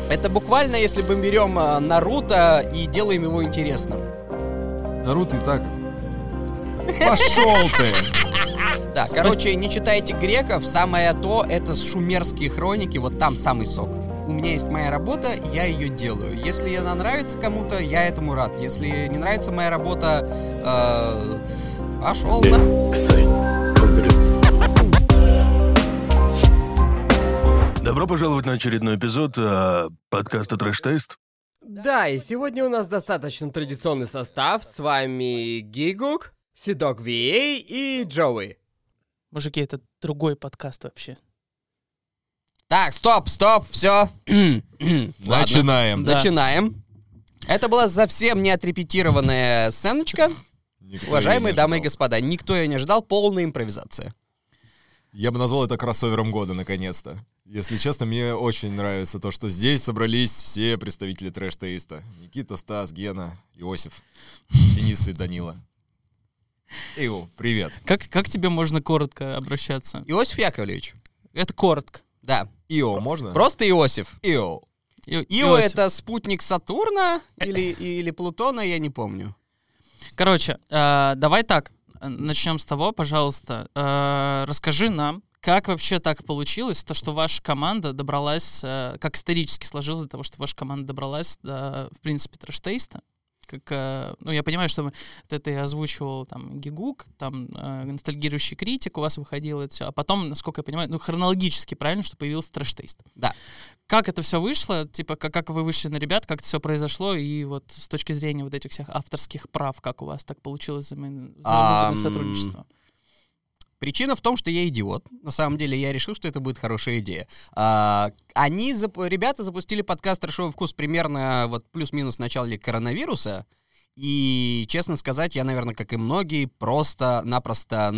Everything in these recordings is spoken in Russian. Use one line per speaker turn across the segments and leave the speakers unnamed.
Это буквально, если мы берем Наруто и делаем его интересным.
Наруто и так. Пошел ты!
Да, короче, не читайте греков, самое то, это шумерские хроники, вот там самый сок. У меня есть моя работа, я ее делаю. Если она нравится кому-то, я этому рад. Если не нравится моя работа, пошел на...
Добро пожаловать на очередной эпизод подкаста Трэш Тест.
Да, и сегодня у нас достаточно традиционный состав. С вами Гигук, Седок VA и Джоуи.
Мужики, это другой подкаст вообще.
Так, стоп, все.
Начинаем.
Да.
Начинаем. Это была совсем не отрепетированная сценочка. Уважаемые дамы и господа, никто ее не ожидал, полная импровизация.
Я бы назвал это кроссовером года, наконец-то. Если честно, мне очень нравится то, что здесь собрались все представители трэш-тейста. Никита, Стас, Гена, Иосиф, Денис и Данила. Ио, привет.
Как тебе можно коротко обращаться?
Иосиф Яковлевич.
Это коротко.
Да.
Ио, можно?
Просто Иосиф.
Ио.
Ио
Иосиф.
это спутник Сатурна или Плутона, я не помню.
Короче, давай так. Начнем с того, пожалуйста. Расскажи нам, как вообще так получилось, то, что ваша команда добралась, как исторически сложилось до того, что ваша команда добралась до, в принципе, трэш-тейста. Как, ну, я понимаю, что это и озвучивал там Гигук, там ностальгирующий критик у вас выходил, это все. А потом, насколько я понимаю, ну, хронологически правильно, что появился трэш-тейст.
Да.
Как это все вышло? Типа, как вы вышли на ребят, как это все произошло, и вот с точки зрения вот этих всех авторских прав, как у вас так получилось взаимовыгодное сотрудничество?
Причина в том, что я идиот. На самом деле я решил, что это будет хорошая идея. Ребята запустили подкаст «Трэшовый вкус» примерно вот плюс-минус в начале коронавируса. И, честно сказать, я, наверное, как и многие, просто-напросто,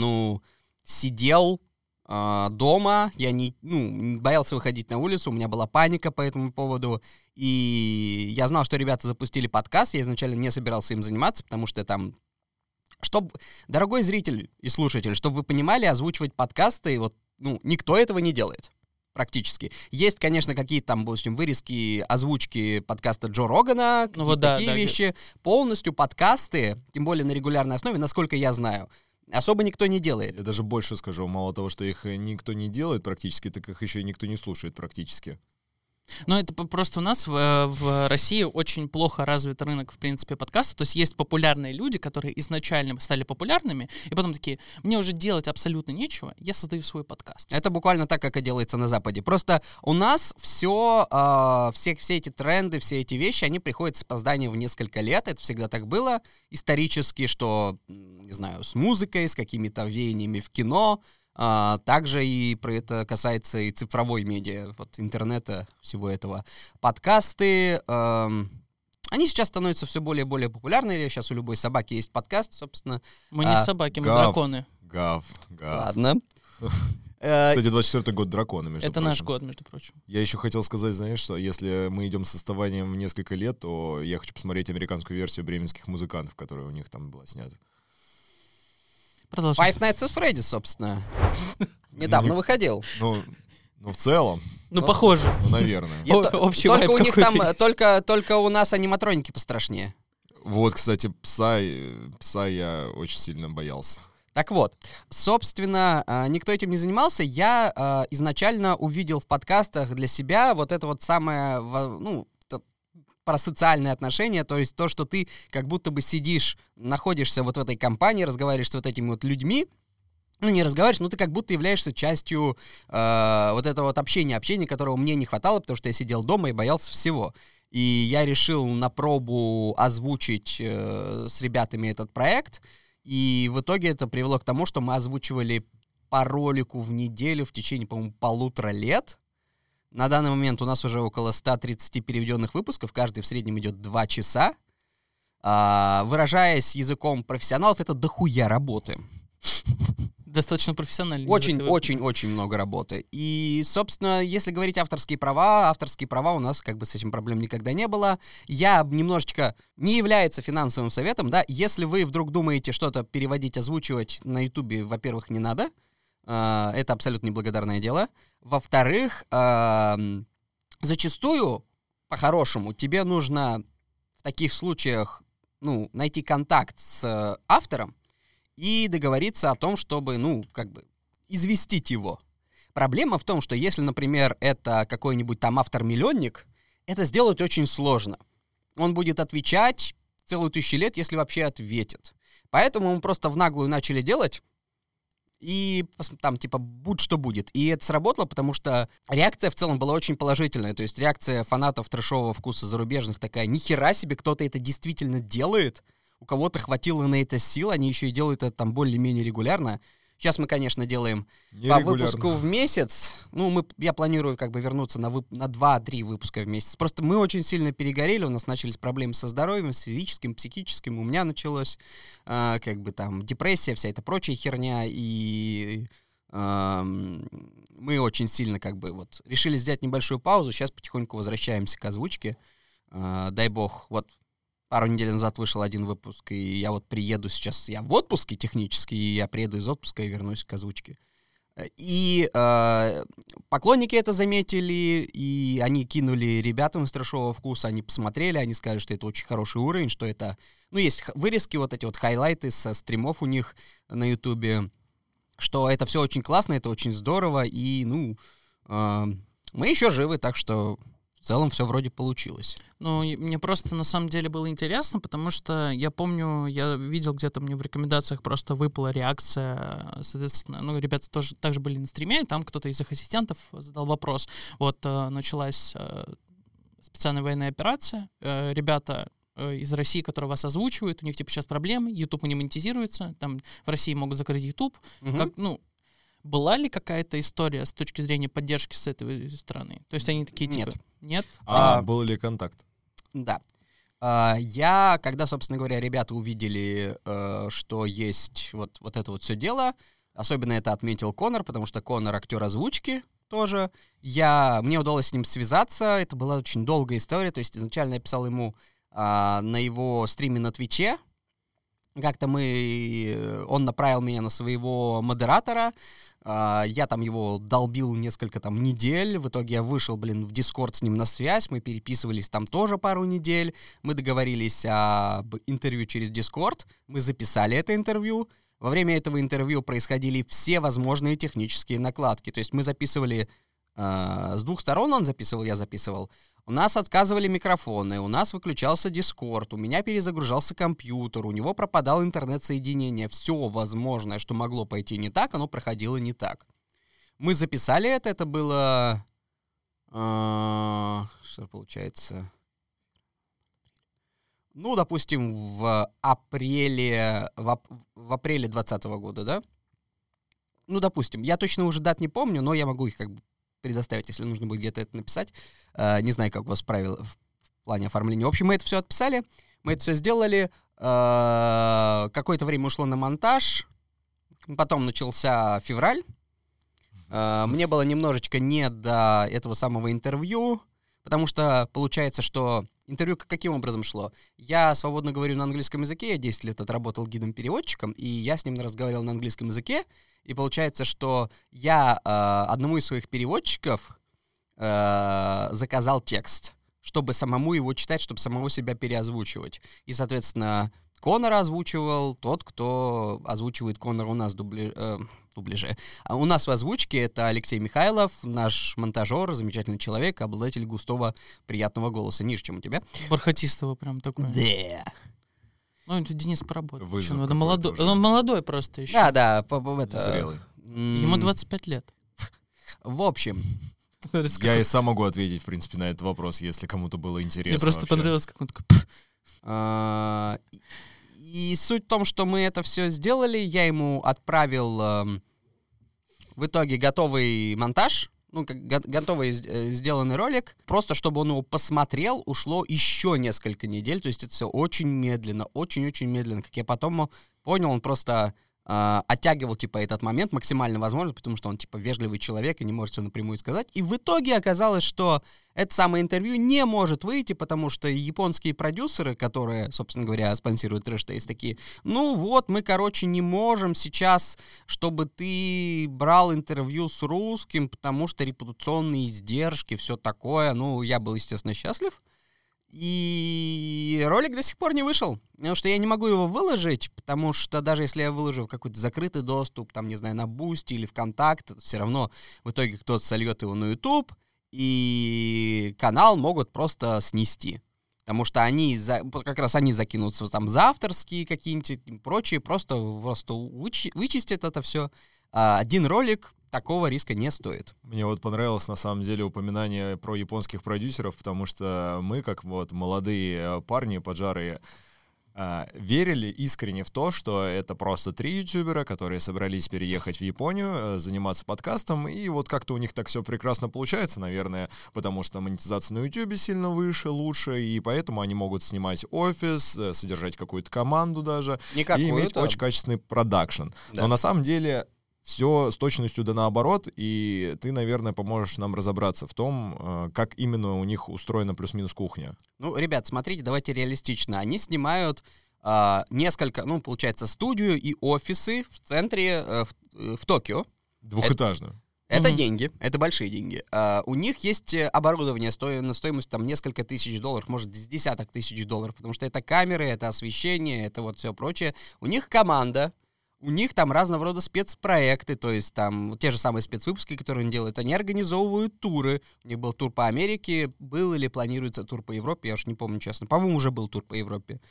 сидел дома. Я боялся выходить на улицу, у меня была паника по этому поводу. И я знал, что ребята запустили подкаст. Я изначально не собирался им заниматься, потому что там... Дорогой зритель и слушатель, чтобы вы понимали, озвучивать подкасты, никто этого не делает. Практически. Есть, конечно, какие-то там, допустим, вырезки, озвучки подкаста Джо Рогана, такие вещи. Полностью подкасты, тем более на регулярной основе, насколько я знаю, особо никто не делает.
Я даже больше скажу, мало того, что их никто не делает практически, так их еще и никто не слушает практически.
Ну, это просто у нас в России очень плохо развит рынок, в принципе, подкастов. То есть есть популярные люди, которые изначально стали популярными, и потом такие, мне уже делать абсолютно нечего, я создаю свой подкаст.
Это буквально так, как и делается на Западе. Просто у нас все эти тренды, все эти вещи, они приходят с опозданием в несколько лет. Это всегда так было исторически, что, не знаю, с музыкой, с какими-то веяниями в кино. Также и про это касается и цифровой медиа, вот интернета, всего этого. Подкасты, они сейчас становятся все более и более популярны. Сейчас у любой собаки есть подкаст, собственно.
Мы не собаки, мы драконы.
Гав.
Ладно.
Кстати, 24-й год дракона, между прочим.
Это наш год, между прочим.
Я еще хотел сказать, знаешь, что если мы идем с отставанием в несколько лет, то я хочу посмотреть американскую версию «Бременских музыкантов», которая у них там была снята.
Продолжим.
Five Nights at Freddy's, собственно. Недавно выходил.
Ну, в целом.
Ну, похоже.
Ну, наверное.
Общий
Только
вайб
у них там,
какой-то.
только у нас аниматроники пострашнее.
Вот, кстати, пса я очень сильно боялся.
Так вот, собственно, никто этим не занимался. Я изначально увидел в подкастах для себя вот это вот самое, про социальные отношения, то есть то, что ты как будто бы сидишь, находишься вот в этой компании, разговариваешь с вот этими вот людьми, не разговариваешь, но ты как будто являешься частью вот этого вот общения, которого мне не хватало, потому что я сидел дома и боялся всего. И я решил на пробу озвучить с ребятами этот проект, и в итоге это привело к тому, что мы озвучивали по ролику в неделю в течение, по-моему, 1,5 лет. На данный момент у нас уже около 130 переведенных выпусков, каждый в среднем идет 2 часа. Выражаясь языком профессионалов, это дохуя работы.
Достаточно профессионально.
Очень много работы. И, собственно, если говорить авторские права у нас как бы с этим проблем никогда не было. Я немножечко не является финансовым советом, да, если вы вдруг думаете что-то переводить, озвучивать на Ютубе, во-первых, не надо. Это абсолютно неблагодарное дело. Во-вторых, зачастую по-хорошему, тебе нужно в таких случаях, найти контакт с автором и договориться о том, чтобы, известить его. Проблема в том, что если, например, это какой-нибудь там автор-миллионник, это сделать очень сложно. Он будет отвечать целую 1000 лет, если вообще ответит. Поэтому мы просто в наглую начали делать, и там, будь что будет. И это сработало, потому что реакция в целом была очень положительная. То есть реакция фанатов трэшового вкуса зарубежных такая: нихера себе, кто-то это действительно делает. У кого-то хватило на это сил, они еще и делают это там более-менее регулярно. Сейчас мы, конечно, делаем по выпуску в месяц. Я планирую вернуться на 2-3 выпуска в месяц. Просто мы очень сильно перегорели, у нас начались проблемы со здоровьем, с физическим, психическим. У меня началось депрессия, вся эта прочая херня. И мы очень сильно решили сделать небольшую паузу. Сейчас потихоньку возвращаемся к озвучке. Дай бог, пару недель назад вышел один выпуск, и я приеду сейчас, я в отпуске технически, и я приеду из отпуска и вернусь к озвучке. И поклонники это заметили, и они кинули ребятам из трэшового вкуса, они посмотрели, они сказали, что это очень хороший уровень, что это... есть вырезки, эти хайлайты со стримов у них на Ютубе, что это все очень классно, это очень здорово, и, мы еще живы, так что... В целом все вроде получилось.
Мне просто на самом деле было интересно, потому что я помню, я видел где-то мне в рекомендациях просто выпала реакция, соответственно, ребята тоже также были на стриме, и там кто-то из их ассистентов задал вопрос. Началась специальная военная операция, ребята из России, которые вас озвучивают, у них сейчас проблемы, YouTube не монетизируется, там в России могут закрыть YouTube, была ли какая-то история с точки зрения поддержки с этой стороны? То есть они такие Нет?
Был ли контакт?
Да. Когда, собственно говоря, ребята увидели, что есть вот это все дело, особенно это отметил Конор, потому что Конор актер озвучки тоже. Мне удалось с ним связаться, это была очень долгая история, то есть изначально я писал ему на его стриме на Твиче, как-то он направил меня на своего модератора, я там его долбил несколько недель, в итоге я вышел, в Discord с ним на связь, мы переписывались там тоже пару недель, мы договорились об интервью через Discord, мы записали это интервью, во время этого интервью происходили все возможные технические накладки, то есть мы записывали с двух сторон, он записывал, я записывал. У нас отказывали микрофоны, у нас выключался Discord, у меня перезагружался компьютер, у него пропадало интернет-соединение. Все возможное, что могло пойти не так, оно проходило не так. Мы записали это было... что получается? Допустим, в апреле 2020 года, да? Допустим, я точно уже дат не помню, но я могу их предоставить, если нужно будет где-то это написать. Не знаю, как у вас правила в плане оформления. В общем, мы это все отписали, мы это все сделали. Какое-то время ушло на монтаж. Потом начался февраль. Мне было немножечко не до этого самого интервью, потому что получается, что интервью каким образом шло? Я свободно говорю на английском языке, я 10 лет отработал гидом-переводчиком, и я с ним разговаривал на английском языке, и получается, что я одному из своих переводчиков заказал текст, чтобы самому его читать, чтобы самого себя переозвучивать. И, соответственно, Конора озвучивал тот, кто озвучивает Конора у нас в дубляже. А у нас в озвучке это Алексей Михайлов, наш монтажер, замечательный человек, обладатель густого, приятного голоса. Ниже, чем у тебя.
Бархатистого прям такой.
Да.
Это Денис поработал.
Он
молодой просто еще.
Да,
зрелый.
Ему 25 лет.
В общем...
Я и сам могу ответить, в принципе, на этот вопрос, если кому-то было интересно.
Мне просто понравилось, как он такой...
И суть в том, что мы это все сделали, я ему отправил в итоге готовый монтаж, готовый сделанный ролик, просто чтобы он его посмотрел, ушло еще несколько недель, то есть это все очень медленно, очень-очень медленно. Как я потом понял, он просто оттягивал, типа, этот момент максимально возможно, потому что он, типа, вежливый человек и не может все напрямую сказать. И в итоге оказалось, что это самое интервью не может выйти, потому что японские продюсеры, которые, собственно говоря, спонсируют Trash Taste, такие, ну вот, мы, короче, не можем сейчас, чтобы ты брал интервью с русским, потому что репутационные издержки, все такое. Ну, я был, естественно, счастлив. И ролик до сих пор не вышел, потому что я не могу его выложить, потому что даже если я выложу в какой-то закрытый доступ, там, не знаю, на Boosty или ВКонтакте, все равно в итоге кто-то сольет его на YouTube, и канал могут просто снести. Потому что как раз они закинутся там за авторские какие-нибудь прочие, просто вычистят это все. Один ролик такого риска не стоит.
Мне вот понравилось, на самом деле, упоминание про японских продюсеров, потому что мы, как вот молодые парни, поджарые, верили искренне в то, что это просто 3 ютубера, которые собрались переехать в Японию, заниматься подкастом, и вот как-то у них так все прекрасно получается, наверное, потому что монетизация на ютубе сильно выше, лучше, и поэтому они могут снимать офис, содержать какую-то команду даже, и иметь очень качественный продакшн. Да. Но на самом деле все с точностью да наоборот, и ты, наверное, поможешь нам разобраться в том, как именно у них устроена плюс-минус кухня.
Ну, ребят, смотрите, давайте реалистично. Они снимают несколько, получается, студию и офисы в центре, в Токио.
Двухэтажную.
Это деньги, это большие деньги. У них есть оборудование на стоимость там несколько тысяч долларов, может, с десяток тысяч долларов, потому что это камеры, это освещение, это вот все прочее. У них команда. У них там разного рода спецпроекты, то есть там те же самые спецвыпуски, которые они делают, они организовывают туры. У них был тур по Америке, был или планируется тур по Европе, я уж не помню честно. По-моему, уже был тур по Европе.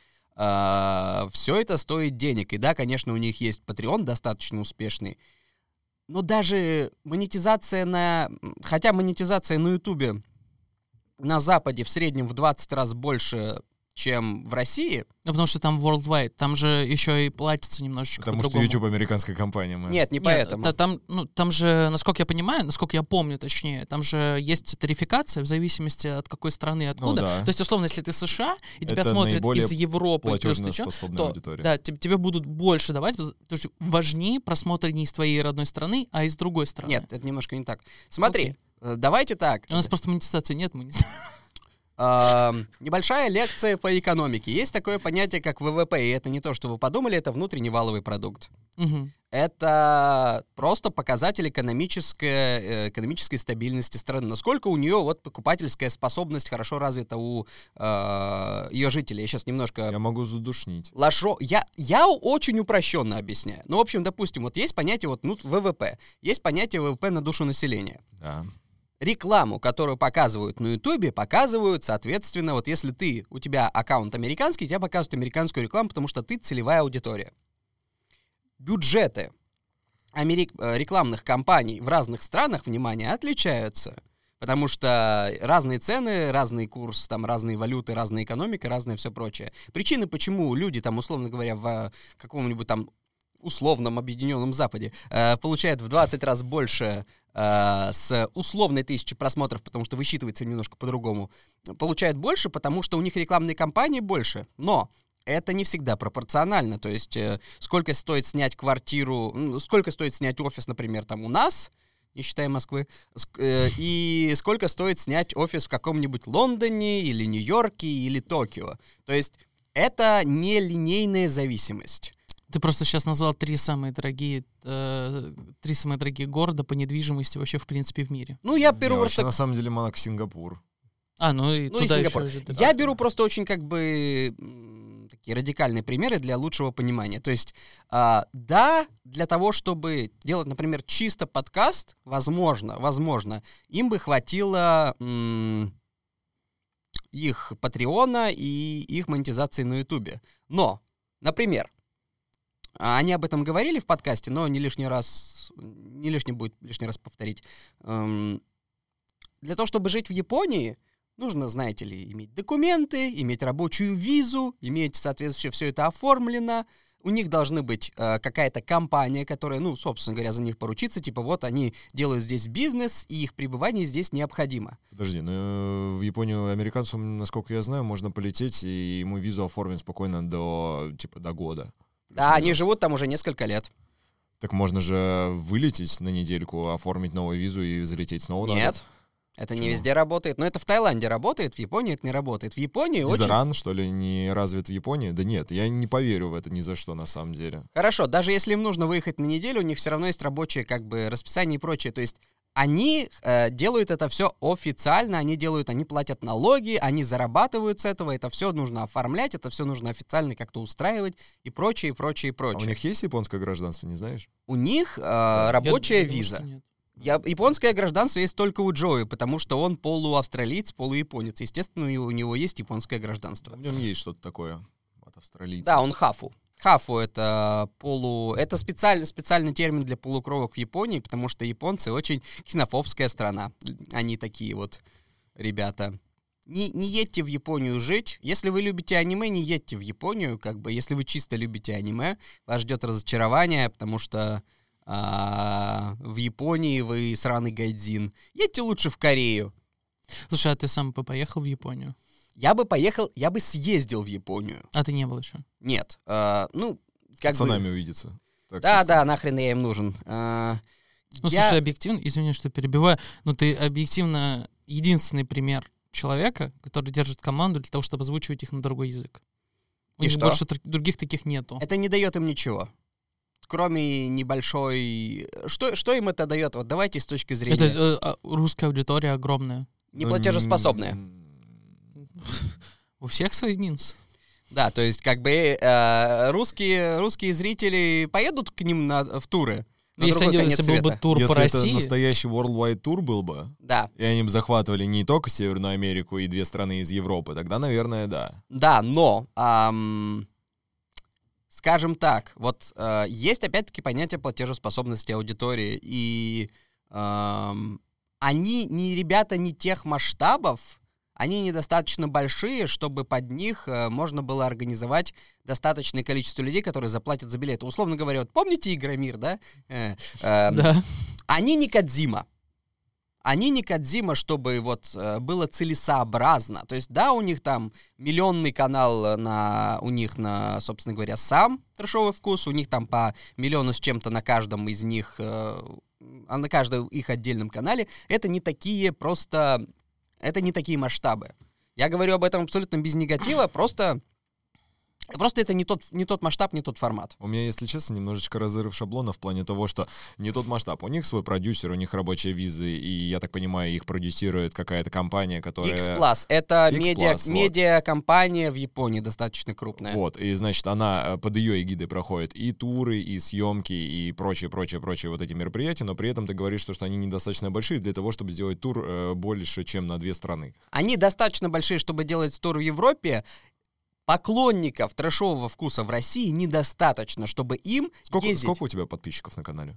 Все это стоит денег. И да, конечно, у них есть Patreon достаточно успешный, но даже монетизация хотя монетизация на Ютубе на Западе в среднем в 20 раз больше, чем в России.
Ну, потому что там worldwide, там же еще и платится немножечко
потому
по-другому.
Что YouTube американская компания.
Нет, не поэтому.
Там же, насколько я понимаю, насколько я помню точнее, там же есть тарификация в зависимости от какой страны, откуда.
Да.
То есть, условно, если ты США, и тебя смотрят из Европы,
платежеспособная аудитория.
Да, тебе будут больше давать, потому что важнее просмотр не из твоей родной страны, а из другой страны.
Нет, это немножко не так. Смотри, давайте так.
У нас просто монетизации нет, мы не
Небольшая лекция по экономике. Есть такое понятие, как ВВП, и это не то, что вы подумали, это внутренний валовый продукт.
Угу.
Это просто показатель экономической стабильности страны. Насколько у нее вот покупательская способность хорошо развита у ее жителей. Я сейчас немножко...
Я могу задушнить.
Я очень упрощенно объясняю. Ну, в общем, допустим, вот есть понятие ВВП. Есть понятие ВВП на душу населения.
Да.
Рекламу, которую показывают на Ютубе, показывают, соответственно, вот если у тебя аккаунт американский, тебя показывают американскую рекламу, потому что ты целевая аудитория. Бюджеты рекламных кампаний в разных странах, внимание, отличаются. Потому что разные цены, разный курс, там разные валюты, разная экономика, разное все прочее. Причины, почему люди, там, условно говоря, в каком-нибудь там условном Объединенном Западе получают в 20 раз больше с условной 1000 просмотров, потому что высчитывается немножко по-другому, получают больше, потому что у них рекламные кампании больше. Но это не всегда пропорционально. То есть сколько стоит снять квартиру, сколько стоит снять офис, например, там у нас, не считая Москвы, и сколько стоит снять офис в каком-нибудь Лондоне или Нью-Йорке или Токио. То есть это не линейная зависимость.
Ты просто сейчас назвал три самые дорогие города по недвижимости вообще в принципе в мире.
Ну, я беру просто...
На самом деле Монако, Сингапур.
И туда
Сингапур.
Еще...
Я беру просто очень такие радикальные примеры для лучшего понимания. То есть, да, для того, чтобы делать, например, чисто подкаст, возможно, им бы хватило их Патреона и их монетизации на Ютубе. Но, например, они об этом говорили в подкасте, но не лишний будет лишний раз повторить. Для того, чтобы жить в Японии, нужно, знаете ли, иметь документы, иметь рабочую визу, иметь, соответственно, все это оформлено. У них должна быть какая-то компания, которая, собственно говоря, за них поручится. Типа вот они делают здесь бизнес, и их пребывание здесь необходимо.
Подожди, в Японию американцу, насколько я знаю, можно полететь, и ему визу оформить спокойно до года.
Да, они живут там уже несколько лет.
Так можно же вылететь на недельку, оформить новую визу и залететь снова назад.
Нет, это не
Почему?
везде работает. Но это в Таиланде работает, в Японии это не работает. В Японии очень...
Визаран, что ли, не развит в Японии? Да нет, я не поверю в это ни за что на самом деле.
Хорошо, даже если им нужно выехать на неделю, у них все равно есть рабочее как бы расписание и прочее. То есть они делают это все официально, они платят налоги, они зарабатывают с этого, это все нужно оформлять, это все нужно официально как-то устраивать и прочее, и прочее, и
А
прочее.
у них есть японское гражданство, не знаешь?
У них рабочая
Я думаю,
виза.
что нет.
Японское гражданство есть только у Джои, потому что он полуавстралиец, полуяпонец. Естественно, у него есть японское гражданство.
В нем есть что-то такое от австралийца.
Да, он хафу. Хафу — это Это специальный термин для полукровок в Японии, потому что японцы очень ксенофобская страна. Они такие вот ребята. Не едьте в Японию жить. Если вы любите аниме, не едьте в Японию. Как бы, если вы чисто любите аниме, вас ждет разочарование, потому что в Японии вы сраный гайдзин. Едьте лучше в Корею.
Слушай, а ты сам бы поехал в Японию?
Я бы съездил в Японию.
А ты не был еще?
Нет, как
С пацанами увидеться. Так
Да,
чисто.
да, нахрен я им нужен.
Слушай, объективно, извини, что перебиваю, но ты объективно единственный пример человека, который держит команду для того, чтобы озвучивать их на другой язык. У
И
них
что?
больше других таких нету.
Это не дает им ничего. Кроме небольшой... Что им это дает? Вот давайте с точки зрения...
Это русская аудитория огромная.
Неплатежеспособная.
У всех свои минусы.
Да, то есть как бы русские зрители поедут к ним в туры. На
Если
другой конец
был бы
света.
тур по
Если это
России,
настоящий worldwide тур был бы,
Да,
и они бы захватывали не только Северную Америку и 2 страны из Европы, тогда, наверное, да.
да, но... скажем так, вот есть опять-таки понятие платежеспособности аудитории, и они ребята не тех масштабов, они недостаточно большие, чтобы под них можно было организовать достаточное количество людей, которые заплатят за билеты. Условно говоря, вот помните Игромир, да?
да.
Они не Кодзима. Они не Кодзима, чтобы вот было целесообразно. То есть, да, у них там миллионный канал у них на, собственно говоря, сам трэшовый вкус, у них там по миллиону с чем-то на каждом из них, на каждом их отдельном канале. Это не такие масштабы. Я говорю об этом абсолютно без негатива, просто это не тот масштаб, не тот формат.
У меня, если честно, немножечко разрыв шаблона в плане того, что не тот масштаб. У них свой продюсер, у них рабочие визы, и, я так понимаю, их продюсирует какая-то компания, которая...
X-Plus. Это
X-Plus, вот.
медиакомпания в Японии достаточно крупная.
Вот, и, значит, она под ее эгидой проходит и туры, и съемки, и прочие вот эти мероприятия, но при этом ты говоришь, что они недостаточно большие для того, чтобы сделать тур больше, чем на 2 страны.
Они достаточно большие, чтобы делать тур в Европе. Поклонников трэшового вкуса в России недостаточно, чтобы им ездить.
Сколько у тебя подписчиков на канале?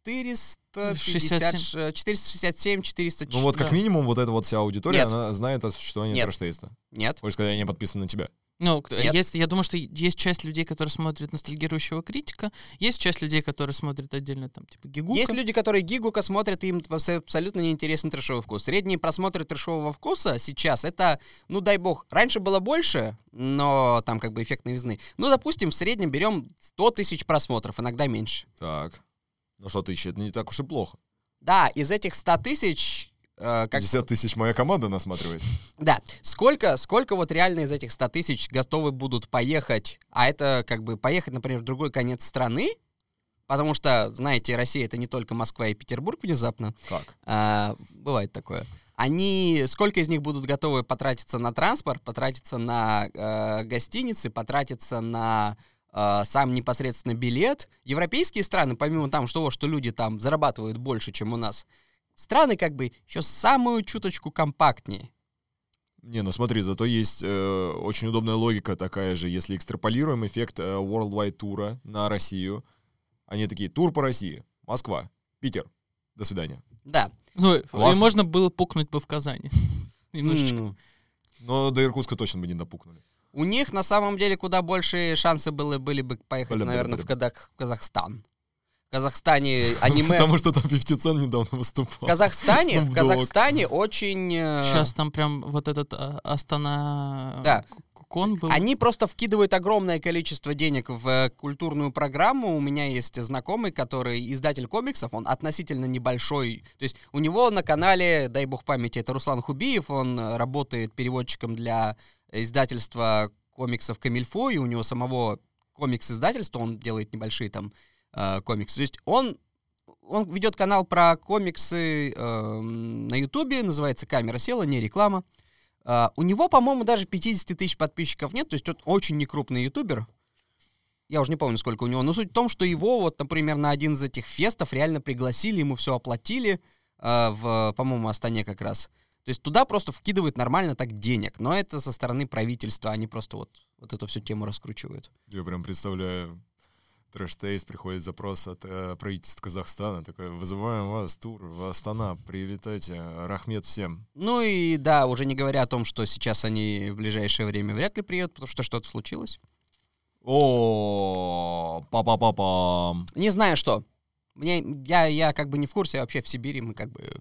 467, 400...
Ну вот как минимум вот эта вот вся аудитория,
Нет.
она знает о существовании
Нет.
трэш-тейста.
Нет.
Хочешь сказать, я не подписан на тебя?
Ну,
Нет.
я думаю, что есть часть людей, которые смотрят ностальгирующего критика, есть часть людей, которые смотрят отдельно, там, типа, Гигука.
Есть люди, которые Гигука смотрят, и им абсолютно неинтересен трэшовый вкус. Средние просмотры трэшового вкуса сейчас это, ну дай бог, раньше было больше, но там как бы эффект новизны. Ну, допустим, в среднем берем 100 тысяч просмотров, иногда меньше.
Так. Ну что тысячи, это не так уж и плохо.
Да, из этих 100 тысяч...
50 тысяч моя команда насматривает.
Да, сколько вот реально из этих 100 тысяч готовы будут поехать, а это как бы поехать, например, в другой конец страны, потому что, знаете, Россия — это не только Москва и Петербург внезапно.
Как?
Бывает такое. Сколько из них будут готовы потратиться на транспорт, потратиться на гостиницы, потратиться на сам непосредственно билет. Европейские страны, помимо того, что люди там зарабатывают больше, чем у нас, страны как бы еще самую чуточку компактнее.
Не, ну смотри, зато есть очень удобная логика такая же. Если экстраполируем эффект worldwide тура на Россию, они такие: тур по России, Москва, Питер, до свидания.
Да.
Ну, и
Классно.
можно было пукнуть бы в Казани. Немножечко.
Но до Иркутска точно бы не допукнули.
У них на самом деле куда больше шансы были бы поехать, наверное, в Казахстан. В Казахстане аниме...
Потому что там 50 Cent недавно выступал.
В Казахстане
Snoop Dogg.
очень...
Сейчас там прям вот этот Астана...
Да.
Комик-кон был.
Они просто вкидывают огромное количество денег в культурную программу. У меня есть знакомый, который издатель комиксов, он относительно небольшой. То есть у него на канале, дай бог памяти, это Руслан Хубиев, он работает переводчиком для издательства комиксов «Камильфо», и у него самого комикс-издательства, он делает небольшие там комиксы. То есть он ведет канал про комиксы на Ютубе, называется «Камера села», не реклама. У него, по-моему, даже 50 тысяч подписчиков нет, то есть он очень некрупный ютубер. Я уже не помню, сколько у него. Но суть в том, что его, вот, например, на один из этих фестов реально пригласили, ему все оплатили, по-моему, Астане как раз. То есть туда просто вкидывают нормально так денег, но это со стороны правительства, они просто вот эту всю тему раскручивают.
Я прям представляю, Трэш-Тейст, приходит запрос от правительства Казахстана, такой: вызываем вас, тур в Астана, прилетайте, рахмет всем.
Ну и да, уже не говоря о том, что сейчас они в ближайшее время вряд ли приедут, потому что что-то случилось.
О, па-па-па-пам.
Не знаю что. Я как бы не в курсе, вообще в Сибири мы как бы...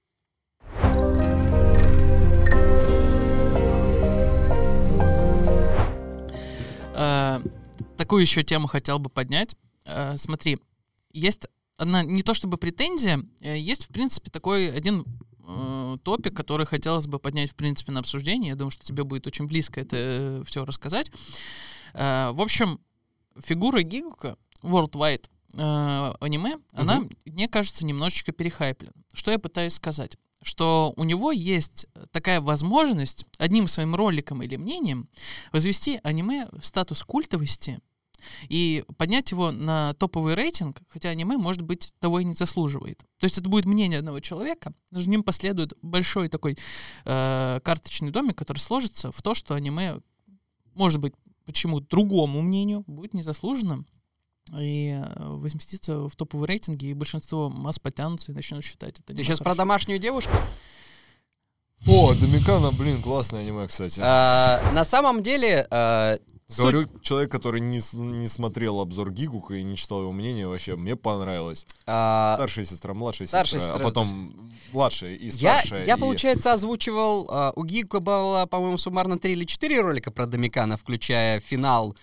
Такую еще тему хотел бы поднять. Смотри, есть одна, не то чтобы претензия, есть, в принципе, такой один топик, который хотелось бы поднять, в принципе, на обсуждение. Я думаю, что тебе будет очень близко это все рассказать. В общем, фигура Гигука, Worldwide аниме, она, мне кажется, немножечко перехайплена. Что я пытаюсь сказать? Что у него есть такая возможность одним своим роликом или мнением возвести аниме в статус культовости и поднять его на топовый рейтинг, хотя аниме, может быть, того и не заслуживает. То есть это будет мнение одного человека, за ним последует большой такой карточный домик, который сложится в то, что аниме, может быть, почему-то другому мнению будет незаслуженным, и возместиться в топовые рейтинги, и большинство масс потянутся и начнут считать это.
Ты сейчас про домашнюю девушку?
О, Домикана, блин, классное аниме, кстати.
На самом деле...
Говорю, человек, который не смотрел обзор Гигука и не читал его мнение, вообще, мне понравилось. Старшая сестра, младшая сестра, а потом младшая и старшая.
Я, получается, озвучивал... У Гигука было, по-моему, суммарно 3 или 4 ролика про Домикана, включая финал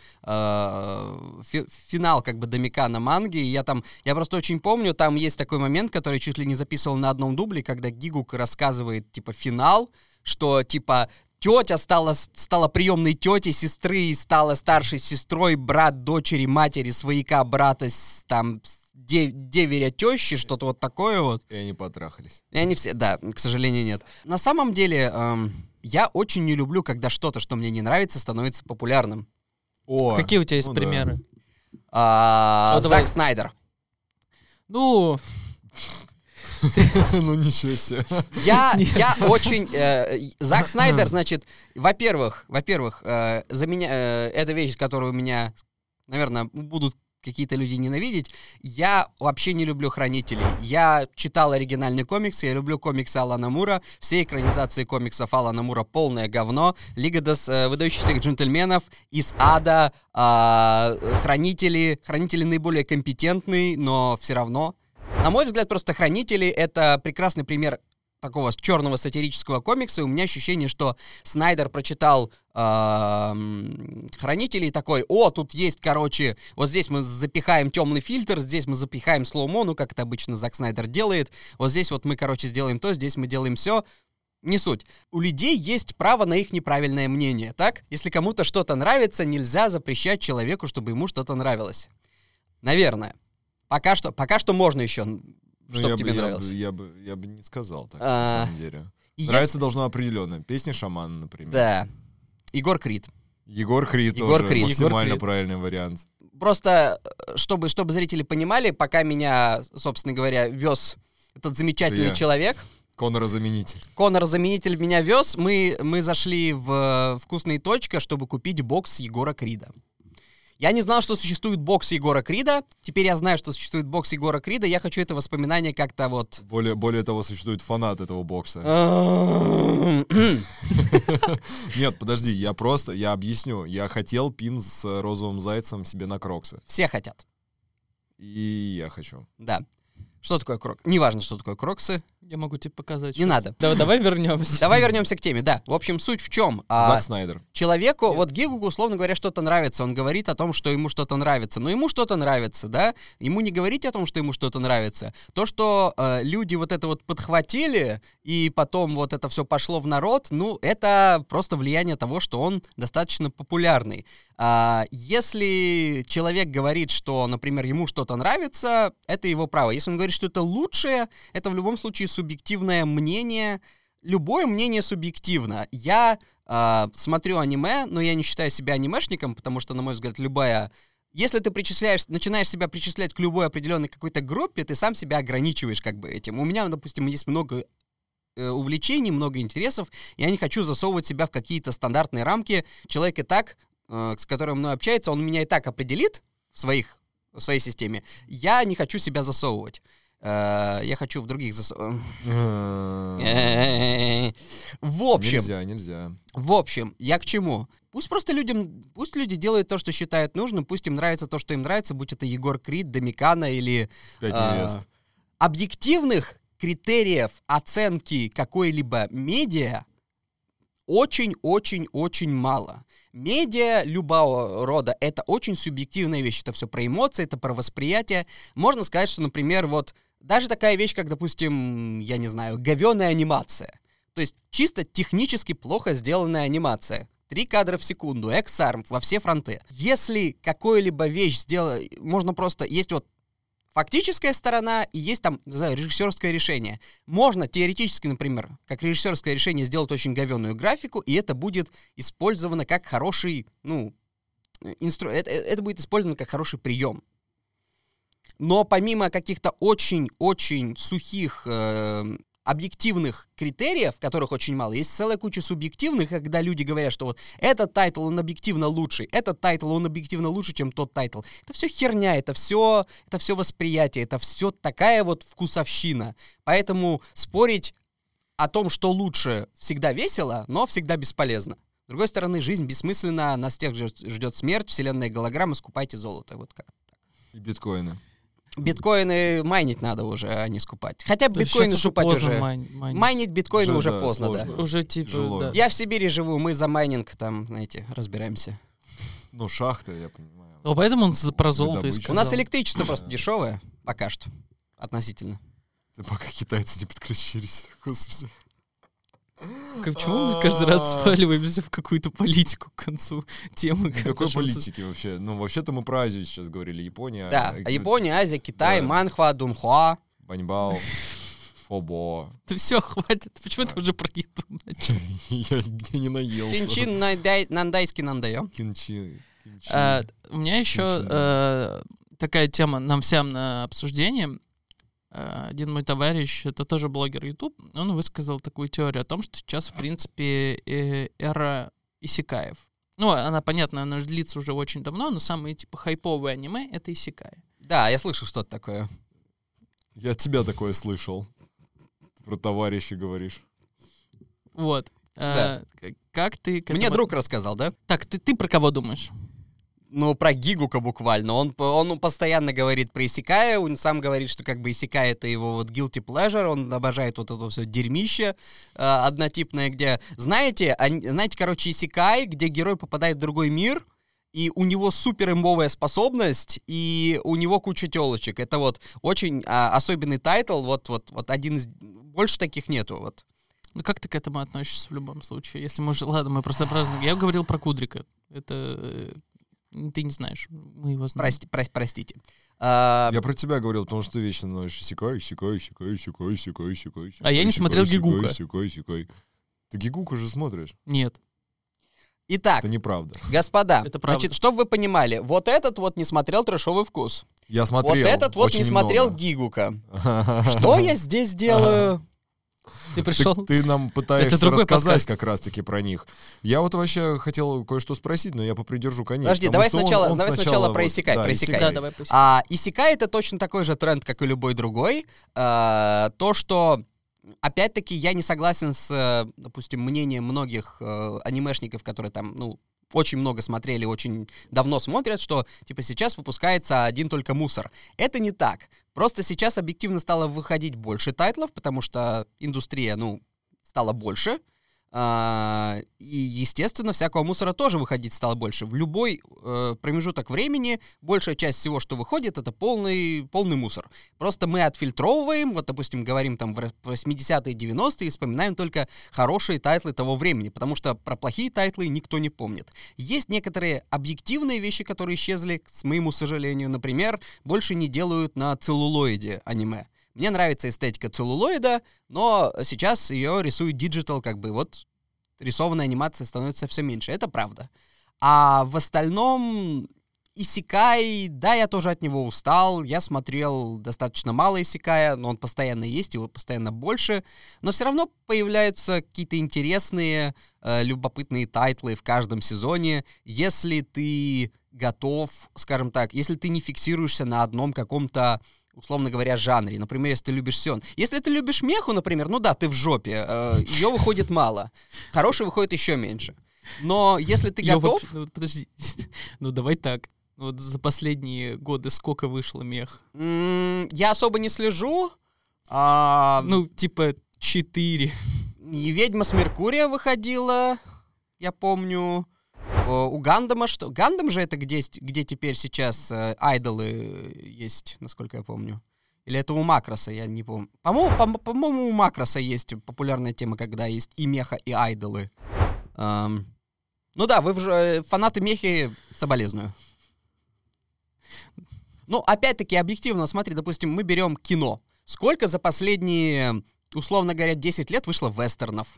как бы Домикана манги. Я просто очень помню, там есть такой момент, который чуть ли не записывал на одном дубле, когда Гигук рассказывает, типа, финал, что, типа... Тетя стала приемной тетей сестры и стала старшей сестрой, брат дочери, матери, свояка, брата, там, деверя тещи, что-то вот такое вот.
И они потрахались.
И они все, да, к сожалению, нет. На самом деле, я очень не люблю, когда что-то, что мне не нравится, становится популярным.
О,
какие у тебя есть примеры?
Зак Снайдер.
Ну...
Ну, ничего себе.
Я очень... Зак Снайдер, значит, во-первых, за меня... Это вещь, которую меня, наверное, будут какие-то люди ненавидеть. Я вообще не люблю «Хранителей». Я читал оригинальный комикс, я люблю комиксы Алана Мура. Все экранизации комиксов Алана Мура — полное говно. «Лига выдающихся джентльменов», «Из ада», «Хранители». «Хранители» наиболее компетентный, но все равно... На мой взгляд, просто «Хранители» — это прекрасный пример такого черного сатирического комикса. И у меня ощущение, что Снайдер прочитал «Хранителей» и такой: о, тут есть, короче, вот здесь мы запихаем темный фильтр, здесь мы запихаем слоумо, ну, как это обычно Зак Снайдер делает. Вот здесь вот мы, короче, сделаем то, здесь мы делаем все. Не суть. У людей есть право на их неправильное мнение, так? Если кому-то что-то нравится, нельзя запрещать человеку, чтобы ему что-то нравилось. Наверное. Пока что можно еще, чтобы тебе нравилось.
Я бы не сказал так, на самом деле. Нравится должно определенно. Песни «Шамана», например.
Да. Егор Крид.
Егор Крид тоже максимально правильный вариант.
Просто, чтобы зрители понимали, пока меня, собственно говоря, вез этот замечательный человек... Конора-заменитель меня вез, мы зашли в «Вкусная точка», чтобы купить бокс Егора Крида. Я не знал, что существует бокс Егора Крида. Теперь я знаю, что существует бокс Егора Крида. Я хочу это воспоминание как-то вот...
Более того, существует фанат этого бокса. Нет, подожди, я объясню. Я хотел пин с розовым зайцем себе на кроксы.
Все хотят.
И я хочу.
Да. Что такое кроксы? Неважно, что такое кроксы.
Я могу тебе показать.
Не надо.
Давай вернемся.
Давай вернемся к теме, да. В общем, суть в чем?
Зак Снайдер.
Человеку, вот Гигуку, условно говоря, что-то нравится. Он говорит о том, что ему что-то нравится. Но ему что-то нравится, да? Ему не говорить о том, что ему что-то нравится. То, что люди вот это вот подхватили, и потом вот это все пошло в народ, ну, это просто влияние того, что он достаточно популярный. Если человек говорит, что, например, ему что-то нравится, это его право. Если он говорит, что это лучшее, это в любом случае субъективное мнение. Любое мнение субъективно. Я смотрю аниме, но я не считаю себя анимешником, потому что, на мой взгляд, если ты начинаешь себя причислять к любой определенной какой-то группе, ты сам себя ограничиваешь как бы этим. У меня, допустим, есть много увлечений, много интересов, я не хочу засовывать себя в какие-то стандартные рамки. Человек и так, с которым мной общается, он меня и так определит в своей системе. Я не хочу себя засовывать. Я хочу в других засовывать. В общем...
Нельзя.
В общем, я к чему? Пусть люди делают то, что считают нужным, пусть им нравится то, что им нравится, будь это Егор Крид, Домикана или...
5 невест.
Объективных критериев оценки какой-либо медиа очень-очень-очень мало. Медиа любого рода — это очень субъективная вещь. Это все про эмоции, это про восприятие. Можно сказать, что, например, вот даже такая вещь, как, допустим, я не знаю, говёная анимация. То есть чисто технически плохо сделанная анимация. 3 кадра в секунду, X-Arm во все фронты. Если какую-либо вещь сделать, можно просто... Есть вот фактическая сторона и есть там, не знаю, режиссерское решение. Можно теоретически, например, как режиссерское решение сделать очень говёную графику, и это будет использовано как хороший, это будет использовано как хороший прием. Но помимо каких-то очень-очень сухих объективных критериев, которых очень мало, есть целая куча субъективных, когда люди говорят, что вот этот тайтл, он объективно лучший, этот тайтл, он объективно лучше, чем тот тайтл. Это все херня, это все восприятие, это все такая вот вкусовщина. Поэтому спорить о том, что лучше, всегда весело, но всегда бесполезно. С другой стороны, жизнь бессмысленна, нас всех ждет смерть, вселенная голограммы, скупайте золото. Вот как так.
И биткоины.
Биткоины майнить надо уже, а не скупать. Хотя биткоины скупать уже. Майнить биткоины уже поздно,
сложно.
да.
Уже типа, да.
Я в Сибири живу, мы за майнинг там, знаете, разбираемся.
Ну, шахта, я понимаю.
Ну, поэтому он про золото и
добыча.
сказал.
У нас электричество просто дешевое, пока что, относительно.
Ты пока китайцы не подключились. Господи.
Почему мы каждый раз сваливаемся в какую-то политику к концу темы?
Какой политики вообще? Ну, вообще-то мы про Азию сейчас говорили. Япония.
Да, Япония, Азия, Китай, Манхва, Дунхуа.
Баньбао, Фобо.
Да все, хватит. Почему ты уже про еду начал?
Я не наелся.
Кинчин, нандайский нандайо.
Кинчи.
У меня еще такая тема нам всем на обсуждение. Один мой товарищ, это тоже блогер YouTube, он высказал такую теорию о том, что сейчас, в принципе, эра исекаев. Ну, она, понятно, она длится уже очень давно, но самые, типа, хайповые аниме — это исекаи.
Да, я слышал что-то такое.
Я от тебя такое слышал. Ты про товарища говоришь.
Вот.
Да.
Как ты...
Мне друг рассказал, да?
Так, ты про кого думаешь?
Ну, про Гигука буквально. Он постоянно говорит про исекая, он сам говорит, что как бы исекай — это его вот guilty pleasure, он обожает вот это все дерьмище однотипное, где... Знаете, короче, исекай, где герой попадает в другой мир, и у него супер имбовая способность, и у него куча телочек. Это вот очень особенный тайтл, вот один из... Больше таких нету, вот.
Ну, как ты к этому относишься в любом случае? Если мы уже... Ладно, мы просто празднуем. Я говорил про Кудрика. Это... Ты не знаешь, мы его знаем.
Простите.
Я про тебя говорил, потому что ты вечно носишь секай.
А я не смотрел Гигука.
Ты Гигуку уже смотришь?
Нет.
Итак,
Это неправда.
господа,
Это правда.
значит, чтобы вы понимали, вот этот вот не смотрел «Трэшовый вкус».
Я смотрел.
Вот этот вот
очень
не смотрел
много.
Гигука. Что я здесь делаю?
Ты пришел...
Ты нам
Это
пытаешься
другой
рассказать
подкаст.
как раз-таки про них. Я вот вообще хотел кое-что спросить, но я попридержу конец.
Подожди,
потому
давай
что
сначала, сначала про исекай.
да,
Про исекай.
Да, давай пусть.
Исекай — это точно такой же тренд, как и любой другой. То, что, опять-таки, я не согласен с, допустим, мнением многих анимешников, которые там, очень много смотрели, очень давно смотрят, что, типа, сейчас выпускается один только мусор. Это не так. Просто сейчас объективно стало выходить больше тайтлов, потому что индустрия, стала больше. И, естественно, всякого мусора тоже выходить стало больше. В любой промежуток времени большая часть всего, что выходит, это полный мусор. Просто мы отфильтровываем, вот, допустим, говорим там в 80-е, 90-е, и вспоминаем только хорошие тайтлы того времени, потому что про плохие тайтлы никто не помнит. Есть некоторые объективные вещи, которые исчезли, к моему сожалению. Например, больше не делают на целлулоиде аниме. Мне нравится эстетика целлулоида, но сейчас ее рисует диджитал, рисованная анимация становится все меньше. Это правда. А в остальном исекай, да, я тоже от него устал. Я смотрел достаточно мало исекая, но он постоянно есть, его постоянно больше. Но все равно появляются какие-то интересные, любопытные тайтлы в каждом сезоне. Если ты готов, скажем так, если ты не фиксируешься на одном каком-то, условно говоря, жанре. Например, если ты любишь сён. Если ты любишь меху, например, ты в жопе. Ее выходит мало. Хорошей выходит еще меньше. Но если ты готов...
Подожди. Давай так. Вот за последние годы сколько вышло мех?
Я особо не слежу.
4.
И «Ведьма с Меркурия» выходила, я помню. У Гандама что? Гандам же это где теперь сейчас айдолы есть, насколько я помню. Или это у Макроса, я не помню. По-моему, у Макроса есть популярная тема, когда есть и меха, и айдолы. Вы фанаты мехи, соболезную. Опять-таки, объективно, смотри, допустим, мы берем кино. Сколько за последние, условно говоря, 10 лет вышло вестернов?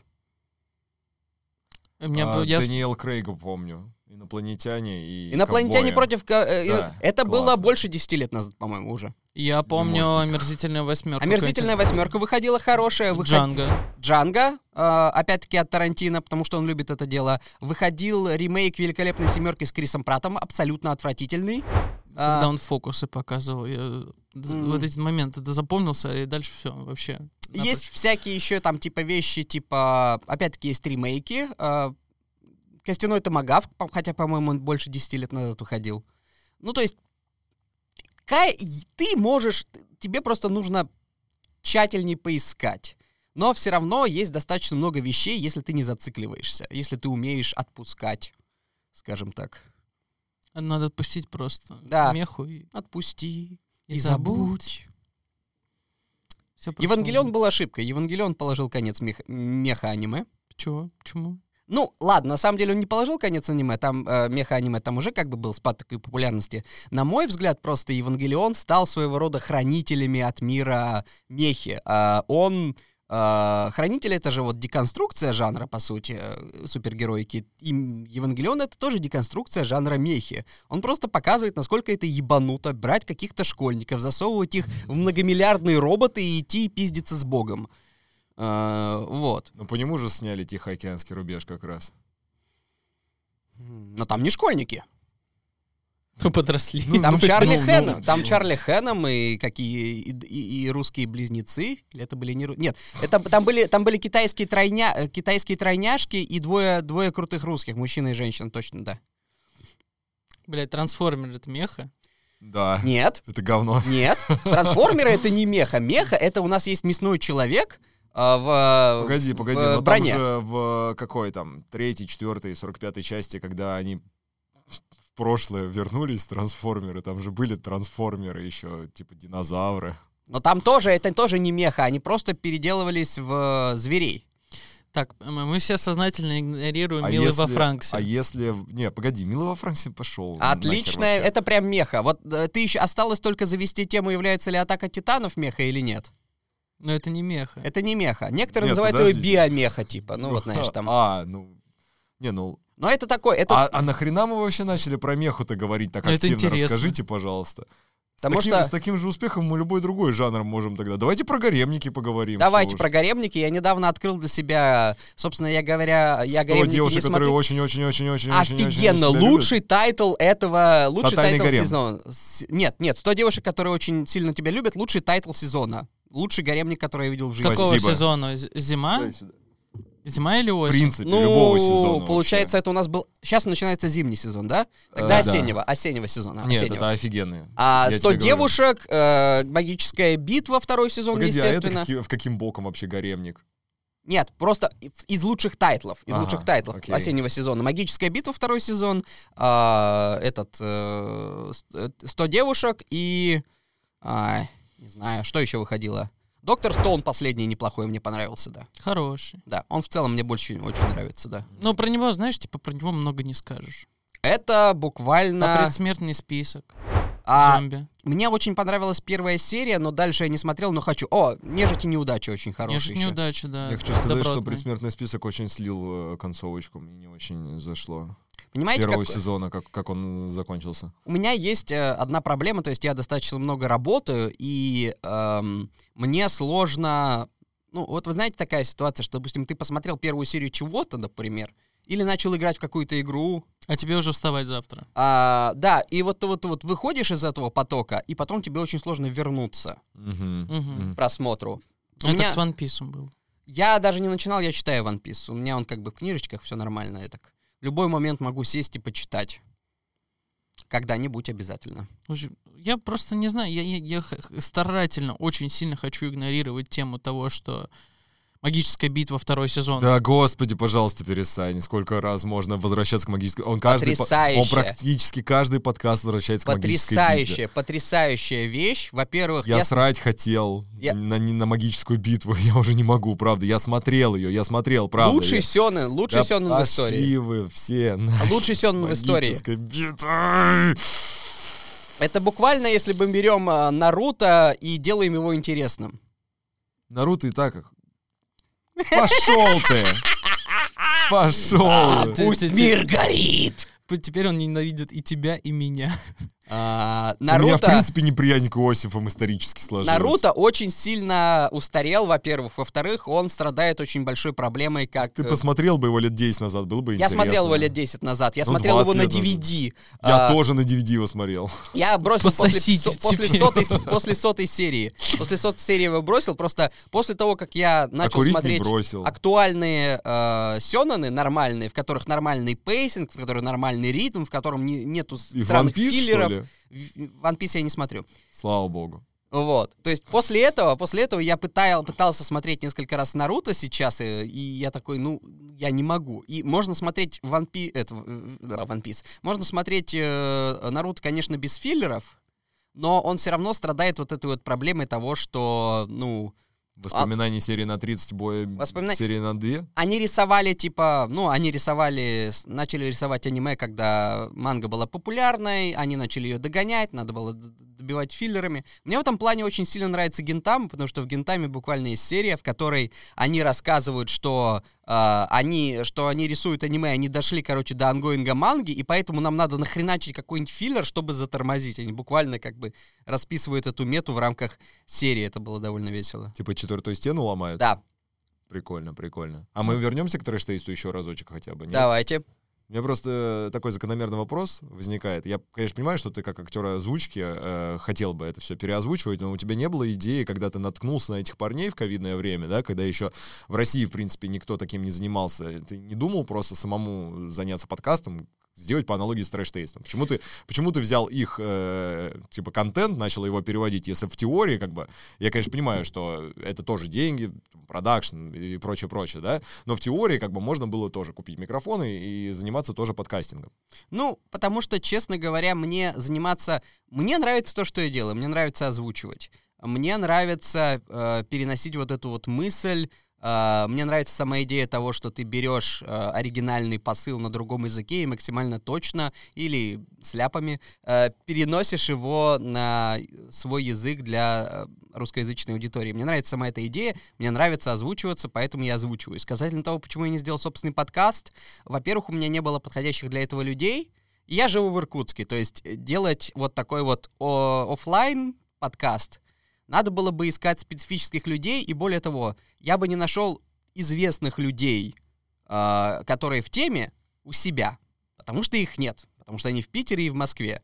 Дэниел Крейга помню. Инопланетяне и
«Инопланетяне
ковбои.
против...» Это
классно.
было больше 10 лет назад, по-моему, уже.
Я помню
может быть.
«Омерзительная восьмерка».
«Омерзительная восьмерка» выходила хорошая. Джанго, опять-таки от Тарантино, потому что он любит это дело. Выходил ремейк «Великолепной семерки» с Крисом Праттом, абсолютно отвратительный.
Когда он фокусы показывал, я вот эти моменты запомнился, и дальше все вообще.
Есть всякие еще там вещи, опять-таки есть ремейки. «Костяной томагавк», хотя, по-моему, он больше 10 лет назад выходил. То есть, ты можешь, тебе просто нужно тщательнее поискать. Но все равно есть достаточно много вещей, если ты не зацикливаешься, если ты умеешь отпускать, скажем так.
Надо отпустить просто меху.
Отпусти и забудь. «Евангелион» был ошибкой. «Евангелион» положил конец меха-аниме.
Чего? Почему?
Ладно, на самом деле он не положил конец аниме, там меха-аниме, там уже был спад такой популярности. На мой взгляд, просто «Евангелион» стал своего рода хранителями от мира мехи. Хранители — это же деконструкция жанра, по сути, супергероики. И «Евангелион» — это тоже деконструкция жанра мехи. Он просто показывает, насколько это ебануто брать каких-то школьников, засовывать их в многомиллиардные роботы и идти пиздиться с Богом.
По нему же сняли «Тихоокеанский рубеж» как раз.
Но там не школьники.
Подросли.
Там Чарли Хэном. Там Чарли Хэном и русские близнецы. Или это были не... Нет, там были китайские тройняшки и двое крутых русских, мужчина и женщина, точно, да.
Блядь, «Трансформер» — это меха?
Да.
Нет.
Это говно.
Нет. «Трансформеры» — это не меха. Меха — это у нас есть мясной человек
Погоди, но
броне.
там же в какой там 3-й, 4-й, 45-й части, когда они в прошлое вернулись, трансформеры, там же были трансформеры еще, динозавры.
Но там это тоже не меха, они просто переделывались в зверей.
Так, мы все сознательно игнорируем «Милый во Франксе».
Не, погоди, «Милый во Франксе» пошел.
Отлично, это прям меха. Ты еще осталось только завести тему, является ли «Атака титанов» меха или нет.
Но это не меха.
Это не меха. Некоторые называют его биомеха, знаешь, там. Но это такой...
А нахрена мы вообще начали про меху-то говорить так активно?
Интересно.
Расскажите, пожалуйста.
С
таким же успехом мы любой другой жанр можем тогда. Давайте про гаремники поговорим.
Давайте про гаремники. Я недавно открыл для себя, собственно, я гаремники
девушек,
не смотрю.
которые очень-очень-очень-очень...
Офигенно! Лучший тайтл этого... Лучший
«Тотальный
тайтл
гарем».
сезона. Нет, 100 девушек, которые очень сильно тебя любят. Лучший тайтл сезона. Лучший гаремник, который я видел в жизни.
Какого
Спасибо.
сезона? Зима? Зима или
В
осень?
принципе, любого сезона вообще.
Получается, это у нас был... Сейчас начинается зимний сезон, да? Тогда
Да.
осеннего сезона.
Нет,
осеннего.
это офигенные.
А
Я
100
тебе говорю.
девушек, магическая битва, второй сезон,
Погоди, а
естественно.
это в каким боком вообще гаремник?
Нет, просто из лучших тайтлов.
Ага, окей.
Осеннего сезона. Магическая битва, второй сезон. 100 девушек и... не знаю, что еще выходило. Доктор Стоун последний неплохой, мне понравился, да.
Хороший.
Да, он в целом мне больше очень нравится, да.
Но про него, знаешь, типа про него много не скажешь.
Это
А
буквально...
предсмертный список.
А,
Зомби.
Мне очень понравилась первая серия, но дальше я не смотрел, но хочу. О, «Нежить и неудача» очень хорошая.
Нежить
еще.
неудача, да.
Я хочу сказать, что
добротный.
предсмертный список очень слил концовочку. Мне не очень зашло.
Понимаете,
Первого
как...
сезона, как он закончился.
У меня есть одна проблема, то есть я достаточно много работаю, и мне сложно... Ну, вот вы знаете, такая ситуация, что, допустим, ты посмотрел первую серию чего-то, например, или начал играть в какую-то игру,
А тебе уже вставать завтра.
да, и вот ты вот выходишь из этого потока, и потом тебе очень сложно вернуться
Мгм.
к просмотру. У
Это
меня-
с One Piece был.
Я даже не начинал, я читаю One Piece. У меня он как бы в книжечках, все нормально. Я так в любой момент могу сесть и почитать. Когда-нибудь обязательно.
Слушай, я просто не знаю, я старательно, очень сильно хочу игнорировать тему того, что магическая битва второй сезон.
Да, господи, пожалуйста, перестань. Сколько раз можно возвращаться к магической... Он
Потрясающе.
практически каждый подкаст возвращается к магической битве.
Потрясающая вещь. Во-первых,
Я срать хотел на магическую битву. Я уже не могу, правда. Я смотрел ее, правда.
лучший сёнэн в истории.
Пошли вы все.
Лучший сёнэн в истории.
Магическая битва.
Это буквально, если мы берем Наруто и делаем его интересным.
Наруто и так... Пошел ты! Пошел!
Пусть мир горит!
Теперь он ненавидит и тебя, и меня.
У меня, в
Наруто...
принципе, неприязнь к Иосифам исторически сложилась.
Наруто очень сильно устарел, во-первых. Во-вторых, он страдает очень большой проблемой, как...
Ты посмотрел бы его лет 10 назад, было бы
Я
интересно.
смотрел его лет 10 назад. Я
Ну,
смотрел его
20
на
лет назад.
DVD.
Я тоже на DVD его смотрел.
Я бросил
Пососитесь
после
теперь.
сотой серии. После сотой серии его бросил. Просто после того, как я начал
курить не
смотреть
бросил.
актуальные сёнэны нормальные, в которых нормальный пейсинг, в которых нормальный ритм, в котором нету
И в
странных
One Piece,
филлеров.
что ли?
One Piece я не смотрю.
Слава богу.
Вот. То есть после этого я пытался смотреть несколько раз Наруто сейчас, и я такой, я не могу. И можно смотреть One Piece. Можно смотреть Наруто, конечно, без филлеров, но он все равно страдает вот этой вот проблемой того, что,
Воспоминания серии на 30, боя серии на 2.
они рисовали, начали рисовать аниме, когда манга была популярной, они начали ее догонять, надо было добивать филлерами. Мне в этом плане очень сильно нравится Гинтама, потому что в Гинтаме буквально есть серия, в которой они рассказывают, что они рисуют аниме, они дошли, до ангоинга манги, и поэтому нам надо нахреначить какой-нибудь филлер, чтобы затормозить. Они буквально расписывают эту мету в рамках серии. Это было довольно весело.
Типа четвертую стену ломают?
Да,
Прикольно, прикольно. А мы вернемся к трэш-тейсту еще разочек хотя бы, нет?
давайте.
У меня просто такой закономерный вопрос возникает. Я, конечно, понимаю, что ты как актер озвучки хотел бы это все переозвучивать, но у тебя не было идеи, когда ты наткнулся на этих парней в ковидное время, да, когда еще в России, в принципе, никто таким не занимался. Ты не думал просто самому заняться подкастом, сделать по аналогии с трэш-тейстом? Почему ты взял их, контент, начал его переводить, если в теории, я, конечно, понимаю, что это тоже деньги, продакшн и прочее, да, но в теории, можно было тоже купить микрофоны и заниматься тоже подкастингом.
Потому что, честно говоря, мне нравится то, что я делаю, мне нравится озвучивать, мне нравится переносить вот эту вот мысль. Мне нравится сама идея того, что ты берешь оригинальный посыл на другом языке и максимально точно или с ляпами переносишь его на свой язык для русскоязычной аудитории. Мне нравится сама эта идея, мне нравится озвучиваться, поэтому я озвучиваюсь. Касательно того, почему я не сделал собственный подкаст, во-первых, у меня не было подходящих для этого людей. Я живу в Иркутске, то есть делать вот такой вот офлайн подкаст надо было бы искать специфических людей, и более того, я бы не нашел известных людей, которые в теме, у себя, потому что их нет, потому что они в Питере и в Москве.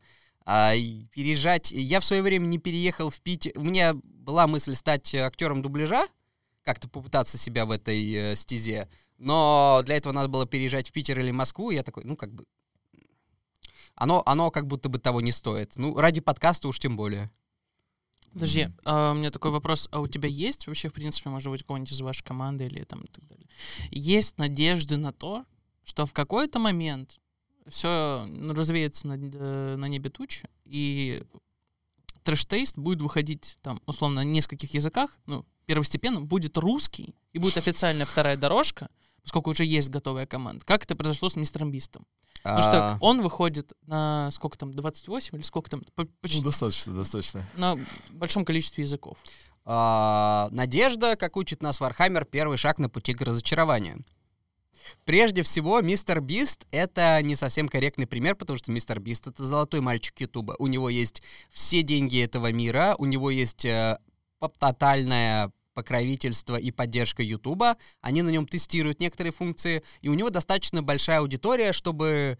Переезжать... Я в свое время не переехал в Питер. У меня была мысль стать актером дубляжа, как-то попытаться себя в этой стезе. Но для этого надо было переезжать в Питер или Москву, и я такой, как бы... Оно как будто бы того не стоит. Ради подкаста уж тем более.
Подожди, у меня такой вопрос. А у тебя есть вообще, в принципе, может быть, кого-нибудь из вашей команды или там и так далее? Есть надежды на то, что в какой-то момент все развеется на небе тучи, и трэш-тейст будет выходить там, условно, на нескольких языках, первостепенно будет русский, и будет официальная вторая дорожка, поскольку уже есть готовая команда. Как это произошло с Мистером Бистом? Потому что он выходит на сколько там, 28 или сколько там? Почти
Достаточно.
на большом количестве языков.
Надежда, как учит нас Warhammer, первый шаг на пути к разочарованию. Прежде всего, Мистер Бист — это не совсем корректный пример, потому что Мистер Бист — это золотой мальчик Ютуба. У него есть все деньги этого мира, у него есть тотальное покровительство и поддержка Ютуба. Они на нем тестируют некоторые функции, и у него достаточно большая аудитория, чтобы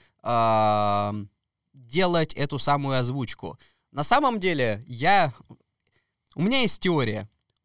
делать эту самую озвучку. На самом деле, у меня есть теория.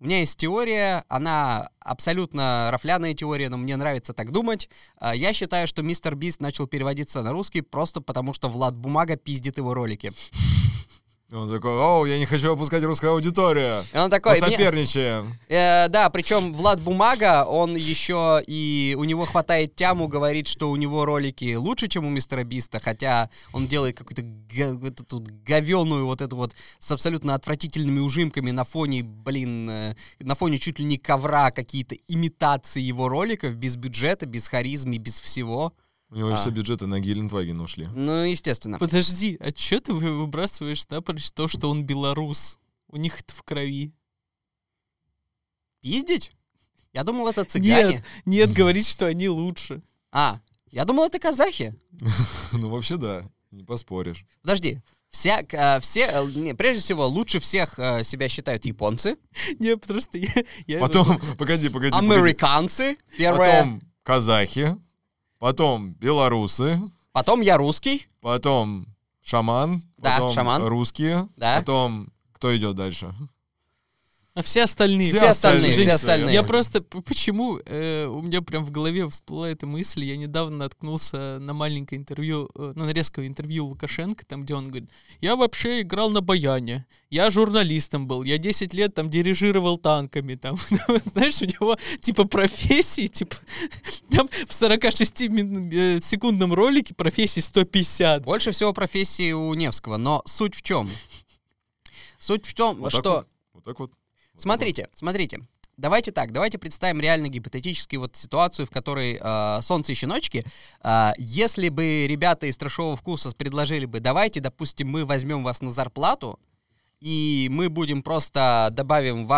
Она абсолютно рафляная теория, но мне нравится так думать. Я считаю, что Мистер Бист начал переводиться на русский просто потому, что Влад Бумага пиздит его ролики.
Он такой, я не хочу опускать русскую аудиторию.
И он такой,
соперничаем.
Да, причем Влад Бумага, он еще и у него хватает тяму, говорит, что у него ролики лучше, чем у Мистера Биста, хотя он делает какую-то говёную вот эту вот с абсолютно отвратительными ужимками на фоне, на фоне чуть ли не ковра какие-то имитации его роликов, без бюджета, без харизмы, без всего.
У него все бюджеты на Гелендваген ушли.
Естественно.
Подожди, а чё ты выбрасываешь напрочь то, что он белорус? У них это в крови.
Пиздить? Я думал, это цыгане.
Нет, говорить, что они лучше.
Я думал, это казахи.
Вообще да, не поспоришь.
Подожди. Прежде всего, лучше всех себя считают японцы.
Не, просто я...
Потом, погоди.
Американцы. Первое.
Потом казахи. Потом белорусы.
Потом я русский.
Потом шаман.
Да,
потом
шаман.
Русские.
Да.
Потом кто идет дальше?
А все остальные.
Все остальные.
Я просто... Почему у меня прям в голове всплыла эта мысль? Я недавно наткнулся на маленькое интервью, нарезковое интервью Лукашенко, там, где он говорит, я вообще играл на баяне, я журналистом был, я 10 лет там дирижировал танками, там, знаешь, у него, типа, профессии, типа, там в 46-секундном ролике профессий 150.
Больше всего профессий у Невского, но суть в чем? Суть в том,
вот
что...
Вот так вот.
Смотрите. Давайте представим реально гипотетически вот ситуацию, в которой «Солнце и щеночки», если бы ребята из трэшового вкуса предложили бы, давайте, допустим, мы возьмем вас на зарплату, и мы будем просто добавим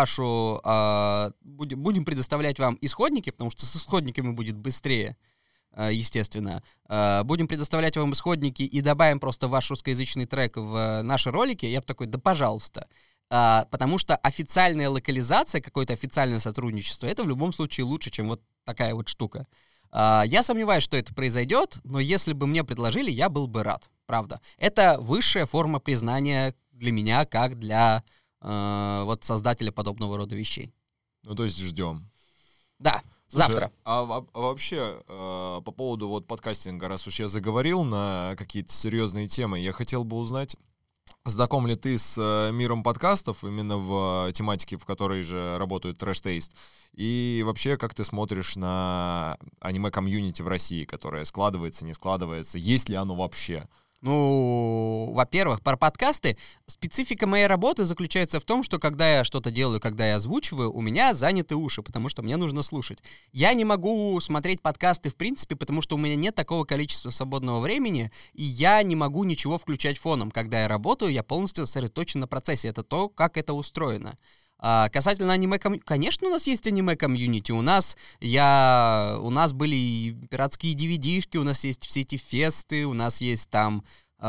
будем предоставлять вам исходники, потому что с исходниками будет быстрее, естественно. Будем предоставлять вам исходники и добавим просто ваш русскоязычный трек в наши ролики, я бы такой, да пожалуйста. Потому что официальная локализация, какое-то официальное сотрудничество, это в любом случае лучше, чем вот такая вот штука. Я сомневаюсь, что это произойдет, но если бы мне предложили, я был бы рад, правда. Это высшая форма признания для меня, как для вот создателя подобного рода вещей.
То есть ждем.
Да,
слушай,
завтра.
А вообще, по поводу вот подкастинга, раз уж я заговорил на какие-то серьезные темы, я хотел бы узнать, знаком ли ты с миром подкастов, именно в тематике, в которой же работает Trash Taste? И вообще, как ты смотришь на аниме-комьюнити в России, которое складывается, не складывается? Есть ли оно вообще?
Во-первых, про подкасты. Специфика моей работы заключается в том, что когда я что-то делаю, когда я озвучиваю, у меня заняты уши, потому что мне нужно слушать. Я не могу смотреть подкасты в принципе, потому что у меня нет такого количества свободного времени, и я не могу ничего включать фоном. Когда я работаю, я полностью сосредоточен на процессе. Это то, как это устроено. Касательно аниме-комьюнити, конечно, у нас есть аниме-комьюнити, у нас были и пиратские DVD-шки, у нас есть все эти фесты, у нас есть там,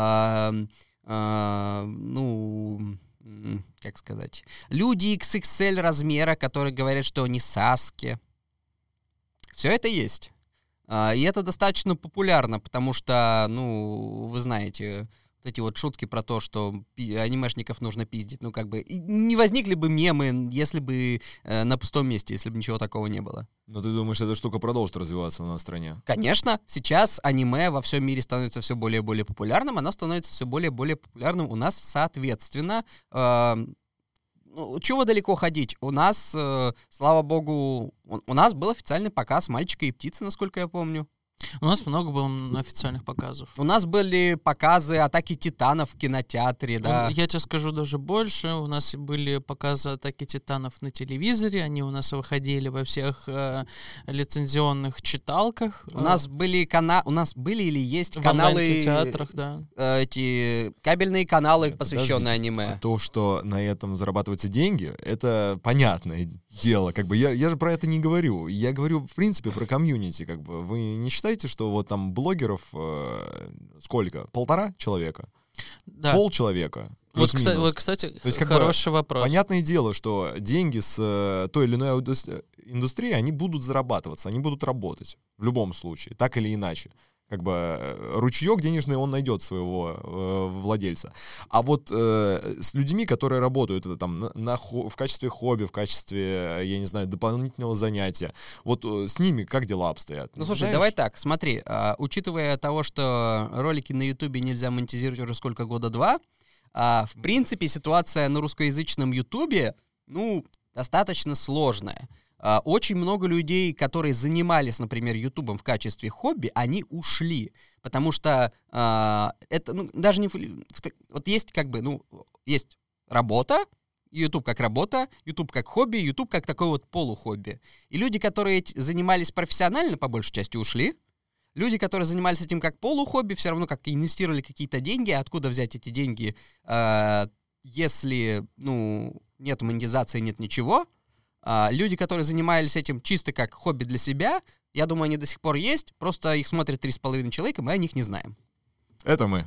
как сказать, люди XXL размера, которые говорят, что они Саски. Все это есть. И это достаточно популярно, потому что, вы знаете, эти вот шутки про то, что анимешников нужно пиздить, ну, как бы, и не возникли бы мемы, если бы на пустом месте, если бы ничего такого не было.
Но ты думаешь, эта штука продолжит развиваться у нас в стране?
Конечно, сейчас аниме во всем мире становится все более и более популярным, оно становится все более и более популярным у нас, соответственно. Чего далеко ходить? У нас, слава богу, у нас был официальный показ «Мальчика и птицы», насколько я помню.
У нас много было официальных показов.
У нас были показы «Атаки Титанов» в кинотеатре, да.
Я тебе скажу даже больше. У нас были показы «Атаки Титанов» на телевизоре. Они у нас выходили во всех лицензионных читалках.
У нас были или есть
в
каналы...
В онлайн-кинотеатрах, да.
Эти кабельные каналы, посвященные аниме.
То, что на этом зарабатываются деньги, это понятное дело. Как бы я же про это не говорю. Я говорю, в принципе, про комьюнити. Как бы. Вы не считаете, что вот там блогеров сколько? 1,5 человека?
Да.
Полчеловека?
Вот, кстати,
То есть, как
хороший
бы,
вопрос.
Понятное дело, что деньги с той или иной индустрии, они будут зарабатываться, они будут работать в любом случае, так или иначе. Как бы ручеек денежный, он найдет своего владельца. А вот с людьми, которые работают это, там, в качестве хобби, в качестве, я не знаю, дополнительного занятия, вот с ними как дела обстоят?
Ну, слушай,
знаешь?
давай так, смотри, учитывая того, что ролики на Ютубе нельзя монетизировать уже сколько, года 2, в принципе, ситуация на русскоязычном Ютубе, ну, достаточно сложная. Очень много людей, которые занимались, например, Ютубом в качестве хобби, они ушли, потому что это, ну, даже не... Вот есть как бы, ну, есть работа, YouTube как работа, YouTube как хобби, YouTube как такой вот полухобби. И люди, которые занимались профессионально, по большей части, ушли. Люди, которые занимались этим как полухобби, все равно как инвестировали какие-то деньги. Откуда взять эти деньги, если, ну, нет монетизации, нет ничего? Люди, которые занимались этим чисто как хобби для себя, я думаю, они до сих пор есть, просто их смотрят 3,5 человека, мы о них не знаем.
Это мы.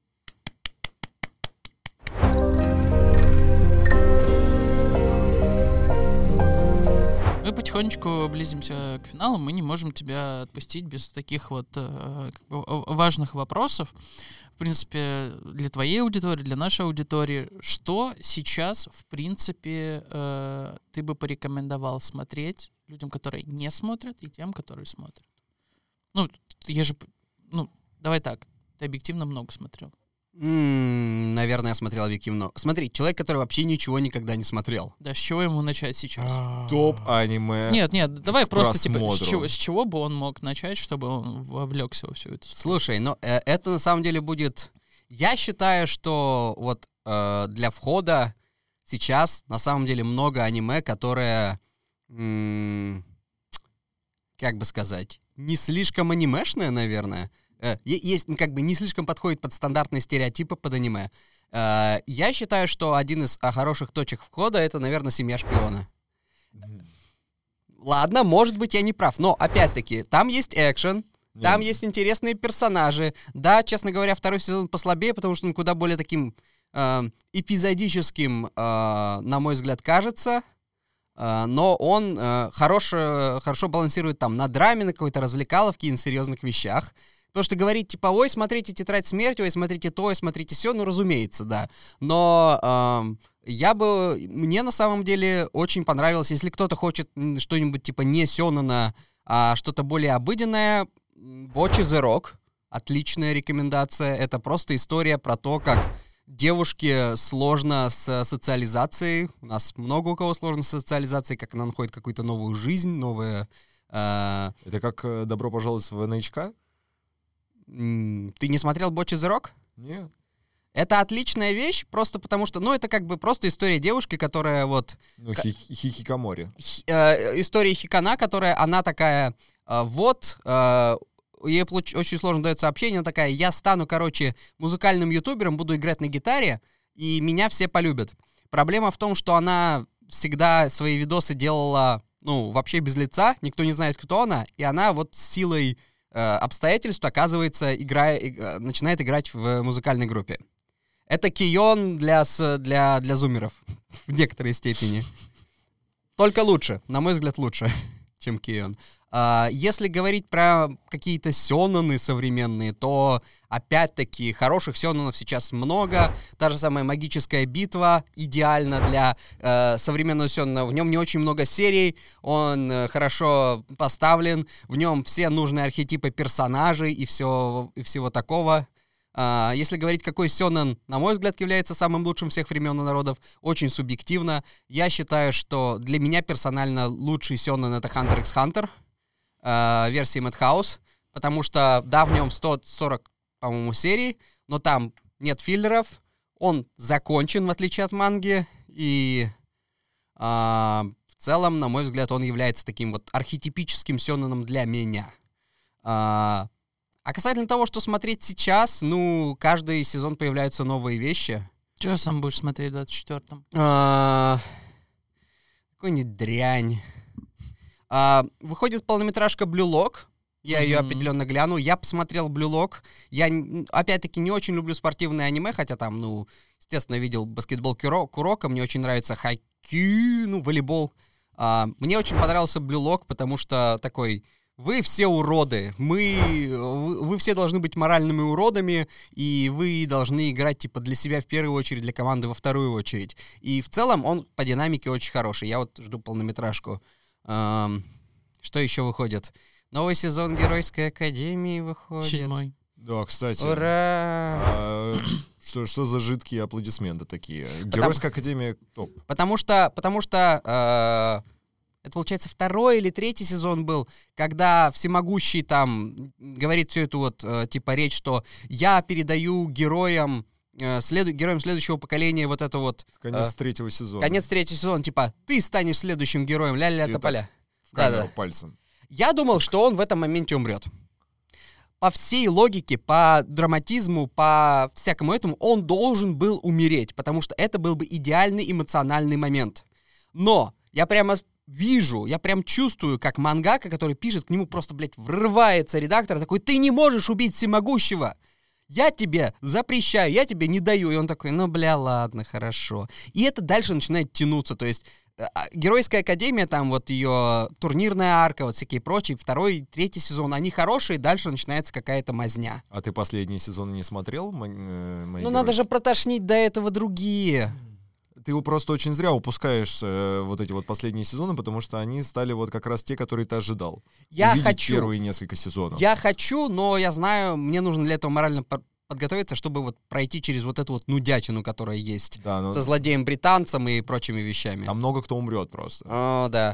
Мы потихонечку близимся к финалу, мы не можем тебя отпустить без таких вот как бы важных вопросов. В принципе, для твоей аудитории, для нашей аудитории, что сейчас, в принципе, ты бы порекомендовал смотреть людям, которые не смотрят, и тем, которые смотрят? Ну, давай так, ты объективно много смотрел.
Наверное, я смотрел объективно. Смотри, человек, который вообще ничего никогда не смотрел.
Да, с чего ему начать сейчас?
Топ-аниме.
Нет, давай просто, типа,
просмотру.
с чего бы он мог начать, чтобы он вовлекся во всю эту историю?
Слушай, но это на самом деле будет... Я считаю, что вот для входа сейчас на самом деле много аниме, которое, как бы сказать, не слишком анимешное, наверное. Есть, как бы, не слишком подходит под стандартные стереотипы под аниме. Я считаю, что один из хороших точек входа — это, наверное, «Семья шпиона». Ладно, может быть, я не прав, но, опять-таки, там есть экшен, там есть интересные персонажи. Да, честно говоря, второй сезон послабее, потому что он куда более таким эпизодическим, на мой взгляд, кажется. Но он хорошо балансирует там на драме, на какой-то развлекаловке и на серьезных вещах. Потому что говорить, типа, ой, смотрите «Тетрадь смерти», ой, смотрите то, ой, смотрите сё, ну, разумеется, да. Но мне на самом деле очень понравилось, если кто-то хочет что-нибудь типа не сёнэна, а что-то более обыденное, Bocchi the Rock, отличная рекомендация. Это просто история про то, как девушке сложно с социализацией. У нас много у кого сложно с социализацией, как она находит какую-то новую жизнь, новое...
Это как «Добро пожаловать в НХК»?
Ты не смотрел Bocchi the Rock?
Нет.
Это отличная вещь, просто потому что, ну, это как бы просто история девушки, которая вот...
Ну, хикикамори.
История Хикана, которая, она такая, ей очень сложно дается общение, она такая, я стану, короче, музыкальным ютубером, буду играть на гитаре, и меня все полюбят. Проблема в том, что она всегда свои видосы делала, ну, вообще без лица, никто не знает, кто она, и она вот с силой обстоятельств, оказывается, начинает играть в музыкальной группе. Это Кион для зумеров в некоторой степени. Только лучше, на мой взгляд, лучше, чем Кион. Если говорить про какие-то сёнэны современные, то, опять-таки, хороших сёнэнов сейчас много. Та же самая «Магическая битва» идеально для современного сёнэна. В нем не очень много серий, он хорошо поставлен, в нем все нужные архетипы персонажей и всего такого. Если говорить, какой сёнэн, на мой взгляд, является самым лучшим всех времен и народов, очень субъективно. Я считаю, что для меня персонально лучший сёнэн — это Hunter x Hunter, версии Madhouse, потому что, да, в нем 140, по-моему, серий, но там нет филлеров, он закончен, в отличие от манги, и в целом, на мой взгляд, он является таким вот архетипическим сёнэном для меня. А касательно того, что смотреть сейчас, ну, каждый сезон появляются новые вещи.
Что сам будешь смотреть в 24-м?
Какой-нибудь дрянь. Выходит полнометражка Blue Lock. Я ее определенно гляну. Я посмотрел Blue Lock. Я, опять-таки, не очень люблю спортивное аниме, хотя там, ну, естественно, видел баскетбол Куроко. Мне очень нравится хоккей, ну, волейбол. Мне очень понравился Blue Lock, потому что такой... Вы все уроды, вы все должны быть моральными уродами, и вы должны играть, типа, для себя в первую очередь, для команды во вторую очередь. И в целом он по динамике очень хороший. Я вот жду полнометражку. Что еще выходит? Новый сезон Геройской Академии выходит.
7-й.
Да, кстати.
Ура!
Что за жидкие аплодисменты такие? Геройская Академия топ.
Потому что это, получается, 2-й или 3-й сезон был, когда всемогущий там говорит всю эту вот, типа, речь, что я передаю героям следующего поколения вот это вот...
Конец 3-го сезона.
Конец 3-го сезона, типа, ты станешь следующим героем, ля-ля-ля тополя.
В камеру пальцем.
Я думал, что он в этом моменте умрет. По всей логике, по драматизму, по всякому этому, он должен был умереть, потому что это был бы идеальный эмоциональный момент. Но я прямо вижу, я прям чувствую, как мангака, который пишет, к нему просто, блядь, врывается редактор, такой: ты не можешь убить всемогущего! Я тебе запрещаю, я тебе не даю. И он такой: ну, бля, ладно, хорошо. И это дальше начинает тянуться, то есть Геройская Академия, там вот ее турнирная арка, вот всякие прочие, 2-й, 3-й сезон, они хорошие, дальше начинается какая-то мазня.
А ты последний сезон не смотрел?
Ну, надо же протошнить до этого другие.
Ты его просто очень зря упускаешь, вот эти вот последние сезоны, потому что они стали вот как раз те, которые ты ожидал.
Я
увидеть
хочу.
Первые несколько сезонов.
Я хочу, но я знаю, мне нужно для этого морально подготовиться, чтобы вот пройти через вот эту вот нудятину, которая есть.
Да, но
со злодеем-британцем и прочими вещами.
там много кто умрет просто.
О, да.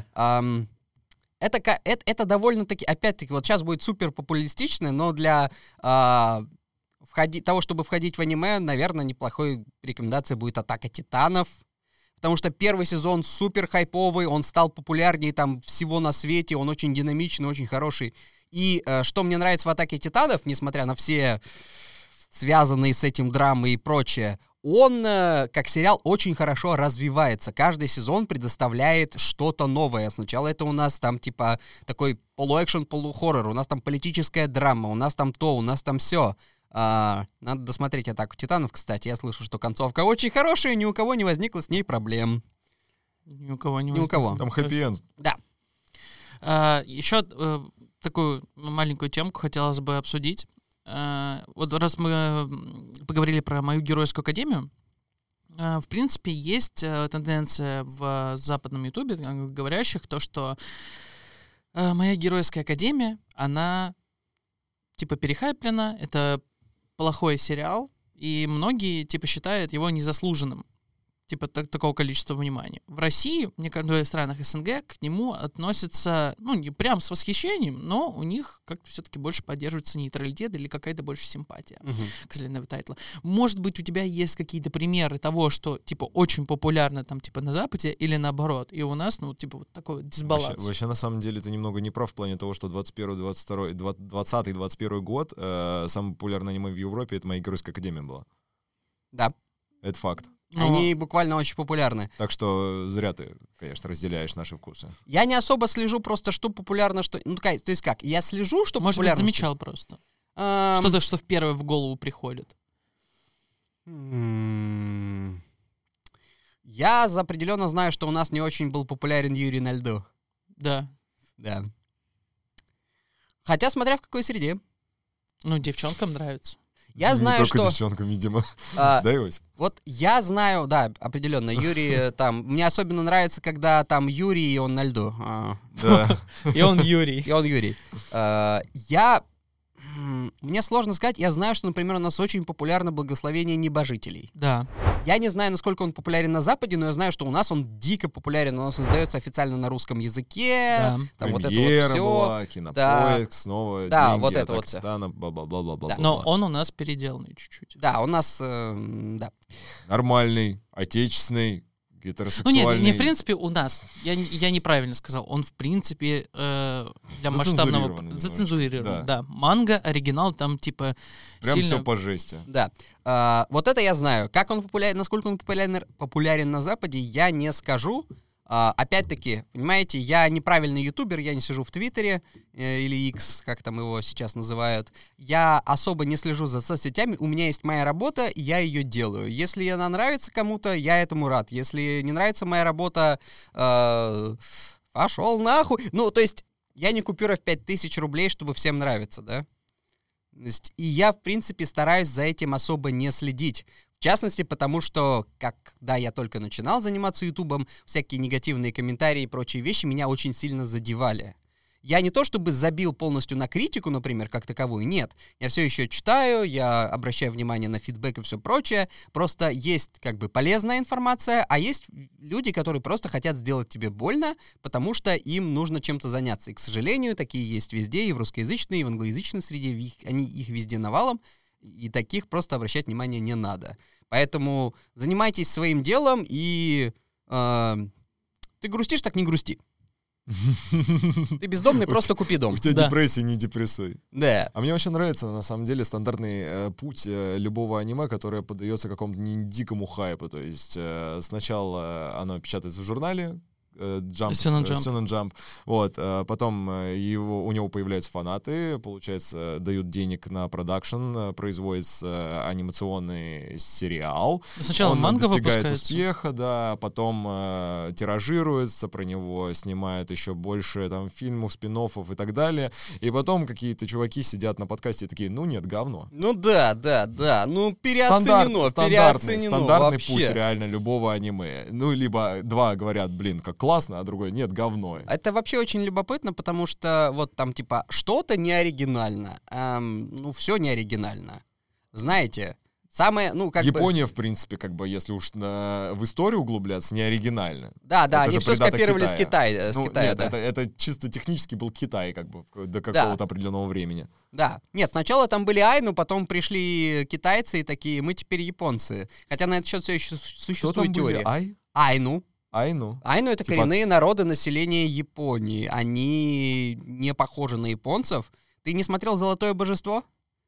Это довольно-таки, опять-таки, вот сейчас будет супер популистично, но для того, чтобы входить в аниме, наверное, неплохой рекомендацией будет «Атака Титанов». Потому что первый сезон супер хайповый, он стал популярнее там всего на свете, он очень динамичный, очень хороший. И что мне нравится в «Атаке Титанов», несмотря на все связанные с этим драмы и прочее, он, как сериал, очень хорошо развивается. Каждый сезон предоставляет что-то новое. Сначала это у нас там типа такой полуэкшен, полухоррор, у нас там политическая драма, у нас там то, у нас там все. Надо досмотреть «Атаку Титанов», кстати. Я слышал, что концовка очень хорошая, ни у кого не возникло с ней проблем.
Ни у кого не
Ни у кого.
Там хэппи-энд.
Да.
Еще такую маленькую темку хотелось бы обсудить. Вот раз мы поговорили про мою Геройскую Академию, в принципе, есть тенденция в западном ютубе, говорящих, то, что моя Геройская Академия, она типа перехайплена, это плохой сериал, и многие типа считают его незаслуженным. Типа такого количества внимания. В России, мне кажется, в странах СНГ к нему относятся, ну, не прям с восхищением, но у них как-то все-таки больше поддерживается нейтралитет или какая-то больше симпатия к вселенной Тайтла. Может быть, у тебя есть какие-то примеры того, что, типа, очень популярно там, типа, на Западе или наоборот, и у нас, ну, типа, вот такой дисбаланс.
Вообще, на самом деле, ты немного не прав в плане того, что 20-21 год самое популярное аниме в Европе — это «Моя Геройская Академия» была.
Да.
Это факт.
Они буквально очень популярны.
Так что зря ты, конечно, разделяешь наши вкусы.
Я не особо слежу просто, что популярно, что... Ну, то есть как? Я слежу, что
может
популярно.
Может быть, замечал просто. Что-то, что в первое в голову приходит.
Я определенно знаю, что у нас не очень был популярен Юрий на льду.
Да.
Да. Хотя, смотря в какой среде.
Ну, девчонкам нравится.
Я
Не
знаю,
только
что...
девчонкам, видимо.
а,
Да, Иосиф?
Вот я знаю, да, определенно, Юрий там... Мне особенно нравится, когда там Юрий, и он на льду.
Да.
И он Юрий.
И он Юрий. Мне сложно сказать, я знаю, что, например, у нас очень популярно благословение небожителей.
Да.
Я не знаю, насколько он популярен на Западе, но я знаю, что у нас он дико популярен, он создается официально на русском языке.
Да.
Там вот это вот
Премьера
все.
была, Кинопоиск, снова
Да,
деньги
вот
от
это вот всё.
Оксана, бла-бла-бла-бла-бла.
Но он у нас переделанный чуть-чуть.
Да, у нас, да.
Нормальный, отечественный,
Ну
гетеросексуальный.
не в принципе у нас. Я неправильно сказал. Он в принципе для масштабного...
Зацензурированный
Зацензурирован,
немножечко,
да. Манга, оригинал там типа
Прям
сильно...
все по жести.
Да. Вот это я знаю. Как он популярен, насколько он популярен на Западе, я не скажу. Опять-таки, понимаете, я неправильный ютубер, я не сижу в Твиттере или X, как там его сейчас называют. Я особо не слежу за соцсетями, у меня есть моя работа, я ее делаю. Если она нравится кому-то, я этому рад. Если не нравится моя работа, пошел нахуй. Ну, то есть, я не купюра в 5000 рублей, чтобы всем нравиться, да? То есть, и я, в принципе, стараюсь за этим особо не следить. В частности, потому что, когда я только начинал заниматься Ютубом, всякие негативные комментарии и прочие вещи меня очень сильно задевали. Я не то чтобы забил полностью на критику, например, как таковую, нет. Я все еще читаю, я обращаю внимание на фидбэк и все прочее. Просто есть как бы полезная информация, а есть люди, которые просто хотят сделать тебе больно, потому что им нужно чем-то заняться. И, к сожалению, такие есть везде, и в русскоязычной, и в англоязычной среде, их везде навалом. И таких просто обращать внимание не надо. Поэтому занимайтесь своим делом, и ты грустишь, так не грусти. Ты бездомный, просто купи дом.
У тебя
Да.
депрессия, не депрессуй.
Да.
А мне вообще нравится, на самом деле, стандартный путь любого аниме, которое поддается какому-то не дикому хайпу. То есть сначала оно печатается в журнале,
Shonen Jump.
Вот, потом у него появляются фанаты, получается, дают денег на продакшн, производится анимационный сериал.
Сначала
Он
манга
достигает
выпускается.
успеха, да, потом тиражируется, про него снимают еще больше там фильмов, спин-оффов и так далее. И потом какие-то чуваки сидят на подкасте и такие, ну нет, говно.
Ну да. Ну, переоценено.
Стандартный
вообще.
путь реально любого аниме. Ну, либо два говорят, блин, как классно, а другой, нет, говно.
Это вообще очень любопытно, потому что вот там типа что-то не оригинально. Ну, все не оригинально. Знаете, самое, ну, как бы...
Япония, в принципе, как бы, если уж в историю углубляться, не оригинально.
Да,
Это
они
же
все
придаток
скопировали с
Китая.
Китая,
Нет,
да.
это чисто технически был Китай, как бы, до какого-то определенного времени.
Да. Нет, сначала там были айну, потом пришли китайцы и такие, мы теперь японцы. Хотя на этот счет все еще
Что
существует
там были?
теория. Айну.
Айну?
Айну — это
Типа-
коренные народы населения Японии. Они не похожи на японцев. Ты не смотрел «Золотое божество»?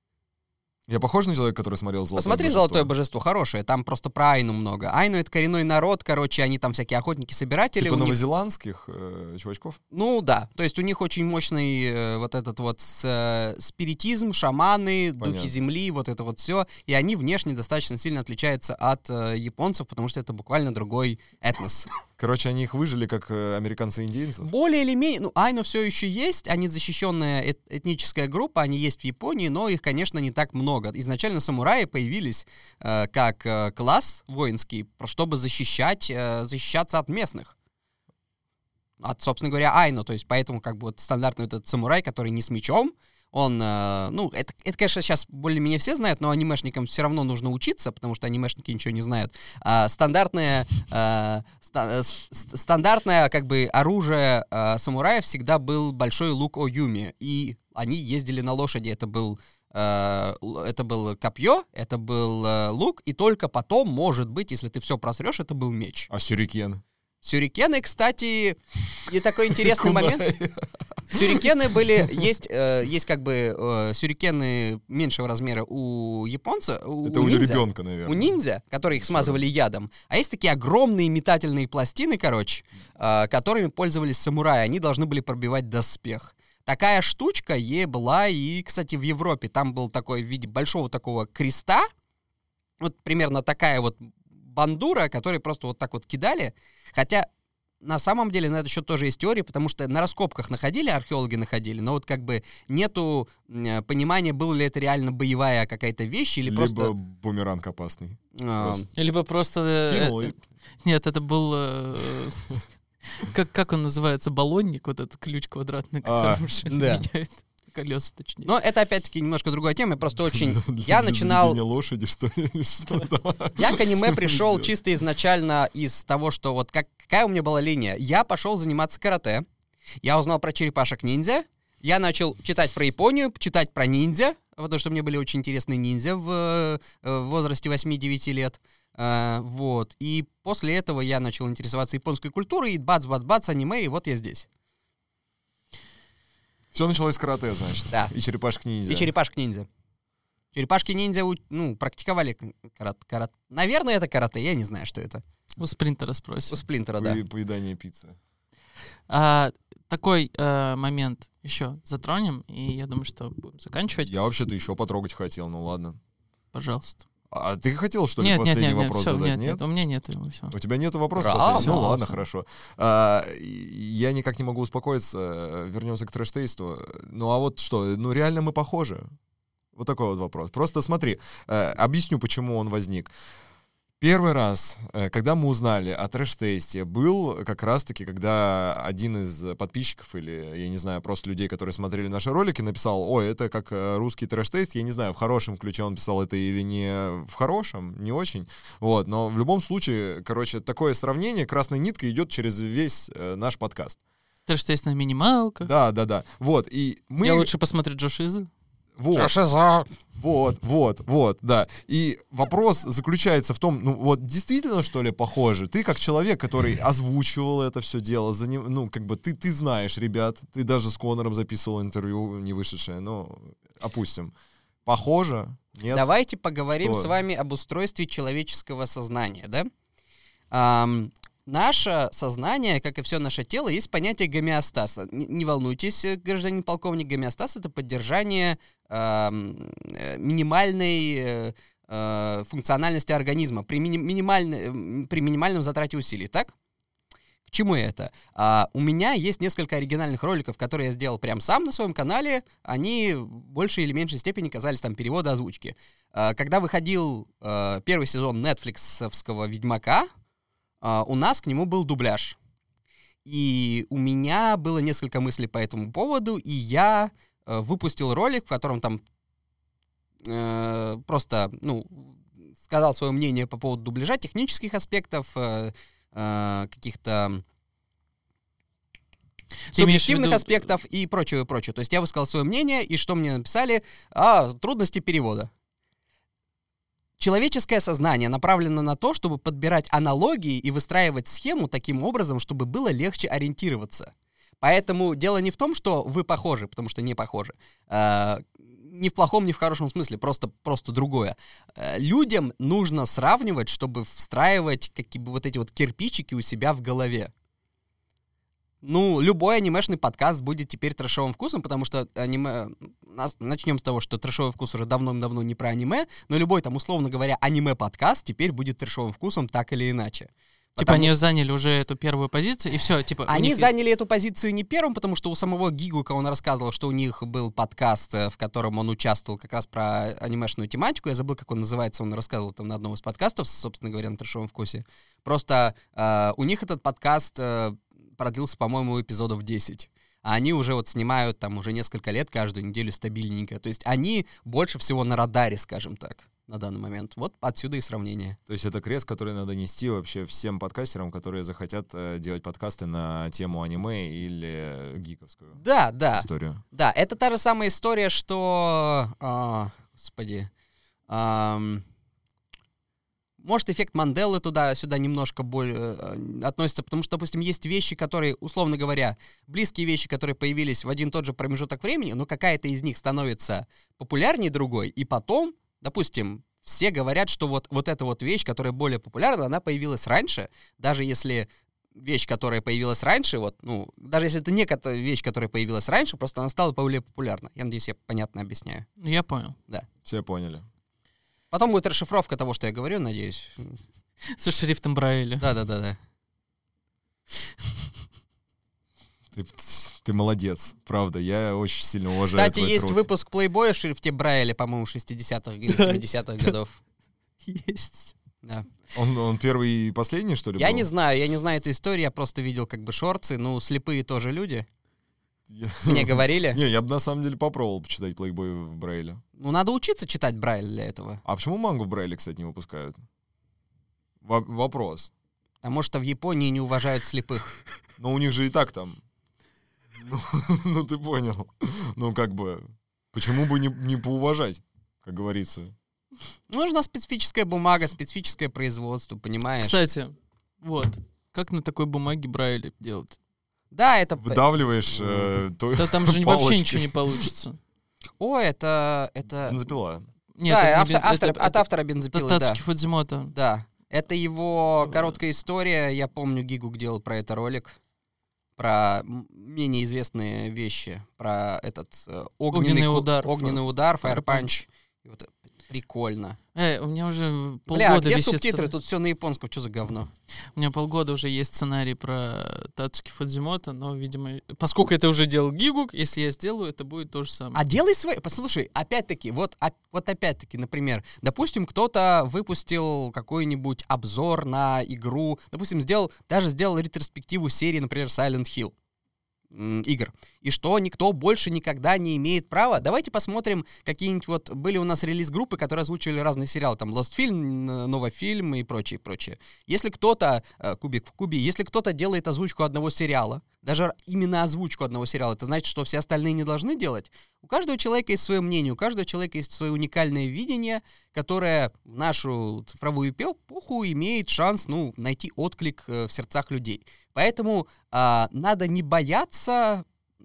Я похож на человека, который смотрел «Золотое
Посмотри
божество»?
«Золотое божество», хорошее. Там просто про Айну много. Айну — это коренной народ, короче, они там всякие охотники-собиратели.
Типа
у них-
новозеландских чувачков?
Ну да, то есть у них очень мощный вот этот вот спиритизм, шаманы,
Понятно.
духи земли, вот это вот все. И они внешне достаточно сильно отличаются от японцев, потому что это буквально другой этнос.
Короче, они их выжили, как американцы-индейцев?
Более или менее, ну, айну все еще есть, они защищенная этническая группа, они есть в Японии, но их, конечно, не так много. Изначально самураи появились как класс воинский, чтобы защищаться от местных. От, собственно говоря, айну, то есть поэтому как бы вот стандартный этот самурай, который не с мечом, он, ну, это, конечно, сейчас более-менее все знают, но анимешникам все равно нужно учиться, потому что анимешники ничего не знают. Стандартное как бы оружие самураев всегда был большой лук Оюми, и они ездили на лошади, это было копье, это был лук, и только потом, может быть, если ты все просрешь, это был меч.
А сюрикен?
Сюрикены, кстати, и такой интересный момент. Сюрикены были, есть как бы сюрикены меньшего размера у японца,
Это
у
уже
ниндзя.
ребенка, наверное.
У ниндзя, которые их смазывали ядом. А есть такие огромные метательные пластины, короче, которыми пользовались самураи. Они должны были пробивать доспех. Такая штучка была и, кстати, в Европе. Там был такой в виде большого такого креста. Вот примерно такая вот бандура, которую просто вот так вот кидали. Хотя на самом деле на этот счет тоже есть теории, потому что на раскопках археологи находили, но вот как бы нету понимания, была ли это реально боевая какая-то вещь или
Либо
просто...
бумеранг опасный.
Либо просто...
Кинул и...
Нет, это был... Как он называется? Баллонник, вот этот ключ квадратный, который меняет колеса, точнее.
Но это, опять-таки, немножко другая тема, просто очень... Я начинал...
лошади, что ли?
Я к аниме пришел чисто изначально из того, что вот какая у меня была линия. Я пошел заниматься карате, я узнал про черепашек-ниндзя, я начал читать про Японию, читать про ниндзя, потому что мне были очень интересны ниндзя в возрасте 8-9 лет. Вот. И после этого я начал интересоваться японской культурой, и бац-бац-бац, аниме, и вот я здесь.
Все началось с карате, значит.
Да.
И черепашек-ниндзя.
И черепашек-ниндзя. Черепашки-ниндзя, практиковали карате. Наверное, это карате, я не знаю, что это.
У Сплинтера спросим.
У Сплинтера, да.
Поедание пиццы.
Такой момент еще затронем, и я думаю, что будем заканчивать.
Я вообще-то еще потрогать хотел, ну ладно.
Пожалуйста.
А ты хотел, что ли, последний вопрос
всё,
задать?
Нет, у меня нет. Все.
У тебя нету вопросов?
Правда?
Ну ладно, хорошо. Я никак не могу успокоиться. Вернемся к трэш-тейсту. Ну а вот что, ну реально мы похожи? Вот такой вот вопрос. Просто смотри, объясню, почему он возник. Первый раз, когда мы узнали о трэш-тесте, был как раз-таки, когда один из подписчиков или, я не знаю, просто людей, которые смотрели наши ролики, написал: ой, это как русский трэш-тест. Я не знаю, в хорошем ключе он писал это или не в хорошем, не очень. Вот, но в любом случае, короче, такое сравнение, красной ниткой идет через весь наш подкаст.
Трэш-тест на минималках.
Да. Вот, и мы...
Я лучше посмотрю Джош Иза.
Вот, да. И вопрос заключается в том, ну вот действительно, что ли, похоже? Ты как человек, который озвучивал это все дело, ну как бы ты знаешь ребят, ты даже с Конором записывал интервью, не вышедшее, но опустим. Похоже? Нет?
Давайте поговорим
Что?
с вами об устройстве человеческого сознания, да? Наше сознание, как и все наше тело, есть понятие гомеостаза. Не волнуйтесь, гражданин полковник, гомеостаз — это поддержание минимальной функциональности организма при минимальном затрате усилий, так? К чему это? У меня есть несколько оригинальных роликов, которые я сделал прям сам на своем канале. Они в большей или меньшей степени казались там перевода, озвучки. Когда выходил первый сезон нетфликсовского «Ведьмака», у нас к нему был дубляж. И у меня было несколько мыслей по этому поводу, и я выпустил ролик, в котором там просто, сказал свое мнение по поводу дубляжа, технических аспектов, каких-то субъективных аспектов и прочее. То есть я высказал свое мнение, и что мне написали? Трудности перевода. Человеческое сознание направлено на то, чтобы подбирать аналогии и выстраивать схему таким образом, чтобы было легче ориентироваться. Поэтому дело не в том, что вы похожи, потому что не похожи. Ни в плохом, ни в хорошем смысле, просто другое. Людям нужно сравнивать, чтобы встраивать вот эти вот кирпичики у себя в голове. Любой анимешный подкаст будет теперь трэшовым вкусом, потому что аниме... Начнем с того, что трэшовый вкус уже давно не про аниме, но любой там, условно говоря, аниме-подкаст теперь будет трэшовым вкусом так или иначе.
Они заняли уже эту первую позицию, и все,
Они заняли эту позицию не первым, потому что у самого Гигука он рассказывал, что у них был подкаст, в котором он участвовал как раз про анимешную тематику. Я забыл, как он называется, он рассказывал там на одном из подкастов, собственно говоря, на трэшовом вкусе. Просто у них этот подкаст продлился, по-моему, эпизодов 10. А они уже вот снимают там уже несколько лет, каждую неделю стабильненько. То есть они больше всего на радаре, скажем так, на данный момент. Вот отсюда и сравнение.
То есть это крест, который надо нести вообще всем подкастерам, которые захотят делать подкасты на тему аниме или гиковскую историю.
Да, это та же самая история, что... Может, эффект Манделы туда-сюда немножко более относится, потому что, допустим, есть вещи, которые, условно говоря, близкие вещи, которые появились в один и тот же промежуток времени, но какая-то из них становится популярнее другой, и потом, допустим, все говорят, что вот эта вот вещь, которая более популярна, она появилась раньше, даже если вещь, которая появилась раньше, даже если это не вещь, которая появилась раньше, просто она стала более популярна. Я надеюсь, я понятно объясняю.
Я понял.
Да.
Все поняли.
Потом будет расшифровка того, что я говорю, надеюсь.
Со шрифтом Брайля.
Да.
Ты молодец, правда. Я очень сильно уважаю
Кстати,
твой
есть
труд.
выпуск Playboy в шрифте Брайля, по-моему, 60-х или 70-х годов.
Есть.
Да.
Он первый и последний, что ли,
Я
был?
не знаю эту историю, я просто видел как бы шорты, ну, слепые тоже люди.
Я-
Мне говорили.
Не, я бы на самом деле попробовал почитать Playboy в Брайле.
Ну, надо учиться читать Брайль для этого.
А почему мангу в Брайле, кстати, не выпускают? Вопрос.
Потому что в Японии не уважают слепых.
Но у них же и так там... Ну, ты понял. Ну, как бы... Почему бы не поуважать, как говорится?
Нужна специфическая бумага, специфическое производство, понимаешь?
Кстати, вот. Как на такой бумаге Брайля делать?
Да, это...
Выдавливаешь...
Да там же вообще
палочкой.
ничего не получится.
О, это...
Бензопила.
Нет,
Да,
это не бен- это-
от автора бензопилы, да.
Татsuki Фудзимото.
Да. Это его короткая история. Я помню, Гигук делал про это ролик. Про менее известные вещи. Про этот
Огненный удар.
Огненный удар, Fire
Fire
Punch. И вот, прикольно.
У меня уже
Бля,
полгода
где
висит...
субтитры? Тут все на японском. Что за говно?
У меня полгода уже есть сценарий про Татsuki Фудзимото, но, видимо, поскольку это уже делал Гигук, если я сделаю, это будет то же самое.
А делай свои... Послушай, опять-таки, вот опять-таки, например, допустим, кто-то выпустил какой-нибудь обзор на игру, допустим, сделал ретроспективу серии, например, Silent Hill игр. И что никто больше никогда не имеет права. Давайте посмотрим какие-нибудь вот... Были у нас релиз-группы, которые озвучивали разные сериалы. Там Lost Film, Новофильм и прочее, прочее. Если кто-то... Кубик в кубе. Если кто-то делает озвучку одного сериала, даже именно озвучку одного сериала, это значит, что все остальные не должны делать. У каждого человека есть свое мнение, у каждого человека есть свое уникальное видение, которое в нашу цифровую эпоху имеет шанс, найти отклик в сердцах людей. Поэтому надо не бояться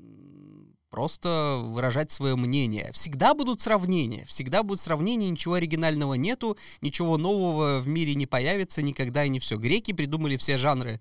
просто выражать свое мнение. Всегда будут сравнения, ничего оригинального нету, ничего нового в мире не появится никогда и не все. Греки придумали все жанры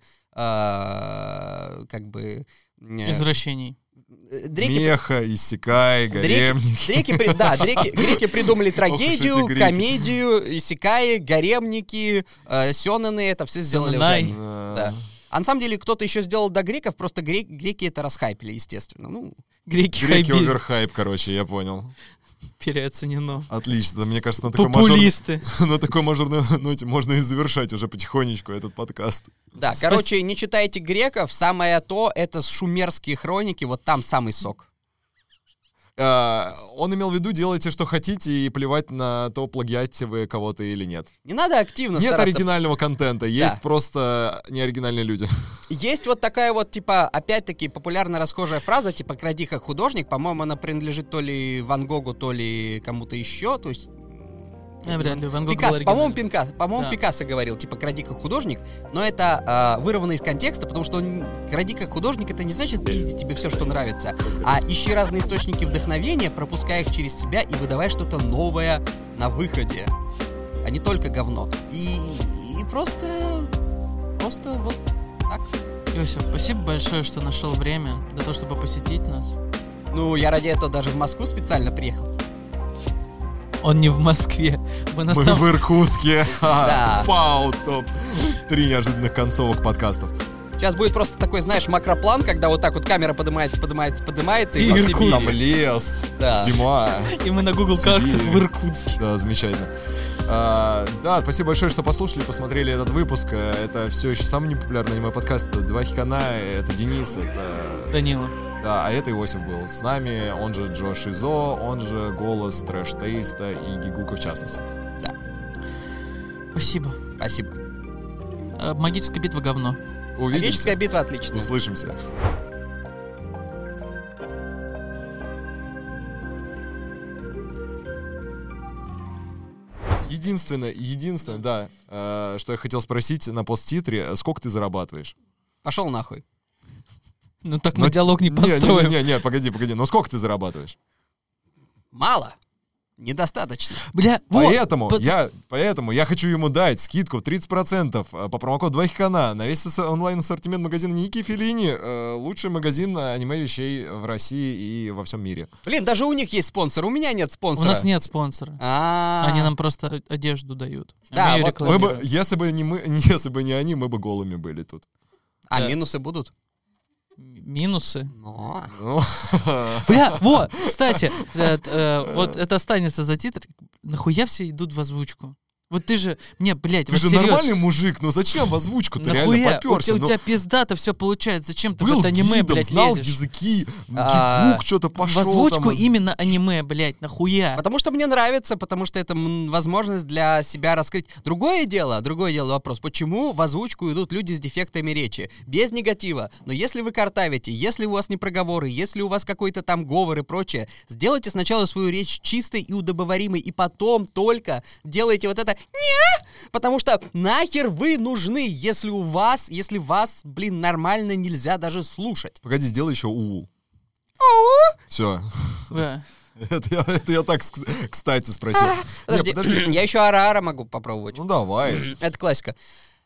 Извращений.
Меха, иссякай, гаремники.
Греки придумали трагедию,
эти греки.
комедию, исекаи, гаремники, сёнэны, это все сделали уже они. Да. А на самом деле кто-то еще сделал до греков, просто греки это расхайпили, естественно.
Греки
Греки
хайбили.
оверхайп, короче, я понял.
Переоценено.
Отлично, мне кажется,
Популисты.
на такой мажорной ноте можно и завершать уже потихонечку этот подкаст.
Да, короче, не читайте греков, самое то, это шумерские хроники, вот там самый сок.
Он имел в виду, делайте, что хотите, и плевать на то, плагиатите вы кого-то или нет.
Не надо активно
Нет
стараться.
оригинального контента, есть просто неоригинальные люди.
Есть вот такая вот, типа, опять-таки, популярная расхожая фраза, типа, кради как художник. По-моему, она принадлежит то ли Ван Гогу, то ли кому-то еще, то есть...
Вряд ли, Ван Гог был
Пикассо,
оригинальный.
по-моему,
Да.
Пикассо говорил, типа, кради как художник, но это вырвано из контекста, потому что кради как художник, это не значит пиздить тебе все, что нравится, а ищи разные источники вдохновения, пропускай их через себя и выдавай что-то новое на выходе, а не только говно. И просто вот так.
Йосиф, спасибо большое, что нашел время для того, чтобы посетить нас.
Ну, я ради этого даже в Москву специально приехал.
Он не в Москве. Мы на
Мы
самом...
в Иркутске.
Да.
Пау, топ. 3 неожиданных концовок подкастов.
Сейчас будет просто такой, знаешь, макроплан, когда вот так вот камера поднимается,
И
и вас все
Иркутск.
Там
видно.
лес,
Да.
зима.
И мы на Google картах
Сибирь.
в Иркутске.
Да, замечательно. Да, спасибо большое, что послушали, посмотрели этот выпуск. Это все еще самый непопулярный аниме подкаст. Это Два Хикана, это Денис, это...
Данила.
Да, а это Иосиф был с нами, он же Джо Шизо, он же голос Трэш Тейста и Гигука в частности.
Спасибо.
Спасибо.
Магическая битва говно.
Увидимся.
Магическая битва отличная.
Услышимся. Единственное, да, что я хотел спросить на посттитре, сколько ты зарабатываешь?
Пошел нахуй.
Ну так мы диалог не построим.
Не, погоди, но сколько ты зарабатываешь?
Мало. Недостаточно.
Бля,
Поэтому я хочу ему дать скидку в 30% по промокоду 2хикана на весь онлайн-ассортимент магазина Ники Феллини, лучший магазин аниме-вещей в России и во всем мире.
Блин, даже у них есть спонсор, у меня нет
у
спонсора.
нас нет спонсора. Они нам просто одежду дают.
Да,
Мы её
вот-
рекламируем.
Если бы не они, мы бы голыми были тут.
А
Да.
минусы будут?
минусы.
Но.
Ну,
Бля, вот, кстати, вот это останется за титр. Нахуя все идут в озвучку? Вот ты же, блядь,
ты
вот
же
серьёзно.
нормальный мужик, ну зачем в озвучку-то реально
Нахуя?
попёрся?
У
Ну,
тебя пизда-то все получается. Зачем ты в
был
это аниме,
гидом,
блядь,
знал
лезешь?
языки,
А,
гигук что-то
В
пошел.
озвучку
там,
именно аниме, блядь, нахуя?
Потому что мне нравится, потому что это возможность для себя раскрыть. Другое дело вопрос, почему в озвучку идут люди с дефектами речи? Без негатива. Но если вы картавите, если у вас не проговоры, если у вас какой-то там говор и прочее, сделайте сначала свою речь чистой и удобоваримой, и потом только делайте вот это «не», потому что нахер вы нужны, если вас, нормально нельзя даже слушать.
Погоди, сделай еще у. Все.
Да.
Это я так, кстати, спросил. Не,
Подожди,
подожди.
я еще ара-ара могу попробовать.
Ну давай,
Это классика.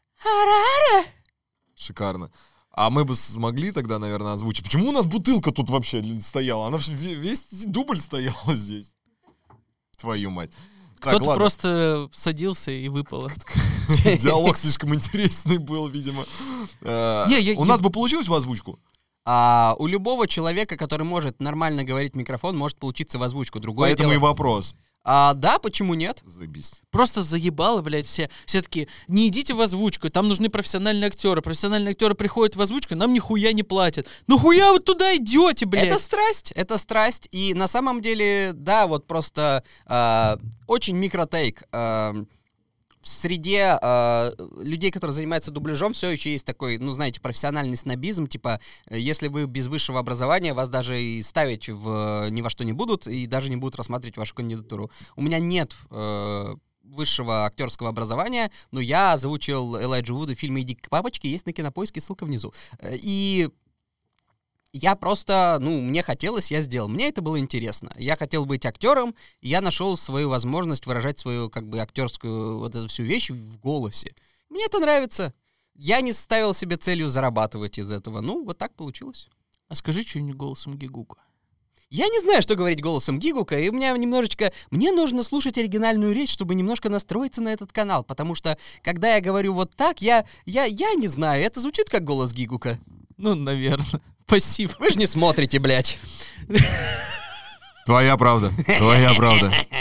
шикарно. А мы бы смогли тогда, наверное, озвучить. Почему у нас бутылка тут вообще стояла? Она весь дубль стояла здесь. Твою мать. Так,
Кто-то
ладно.
просто садился и выпало.
Диалог слишком интересный был, видимо.
Я-
У нас бы получилось в озвучку?
У любого человека, который может нормально говорить в микрофон, может получиться в озвучку. Другое
Поэтому и
дело.
вопрос.
Да, почему нет?
Заебись.
Просто заебало, блядь, все. Все такие, не идите в озвучку, там нужны профессиональные актеры. Профессиональные актеры приходят в озвучку, нам нихуя не платят. Ну хуя вы туда идете, блядь?
Это страсть. И на самом деле, да, вот просто очень микротейк. В среде людей, которые занимаются дубляжом, все еще есть такой, знаете, профессиональный снобизм, типа, если вы без высшего образования, вас даже и ставить ни во что не будут, и даже не будут рассматривать вашу кандидатуру. У меня нет высшего актерского образования, но я озвучил Элайджу Вуда в фильме «Иди к папочке», есть на Кинопоиске, ссылка внизу. И я просто, мне хотелось, я сделал. Мне это было интересно. Я хотел быть актером, и я нашел свою возможность выражать свою, актерскую вот эту всю вещь в голосе. Мне это нравится. Я не ставил себе целью зарабатывать из этого. Вот так получилось.
А скажи что-нибудь голосом Гигука.
Я не знаю, что говорить голосом Гигука, и у меня немножечко... Мне нужно слушать оригинальную речь, чтобы немножко настроиться на этот канал, потому что, когда я говорю вот так, я не знаю, это звучит как голос Гигука.
Ну, наверное. Спасибо.
Вы же не смотрите, блядь.
Твоя правда.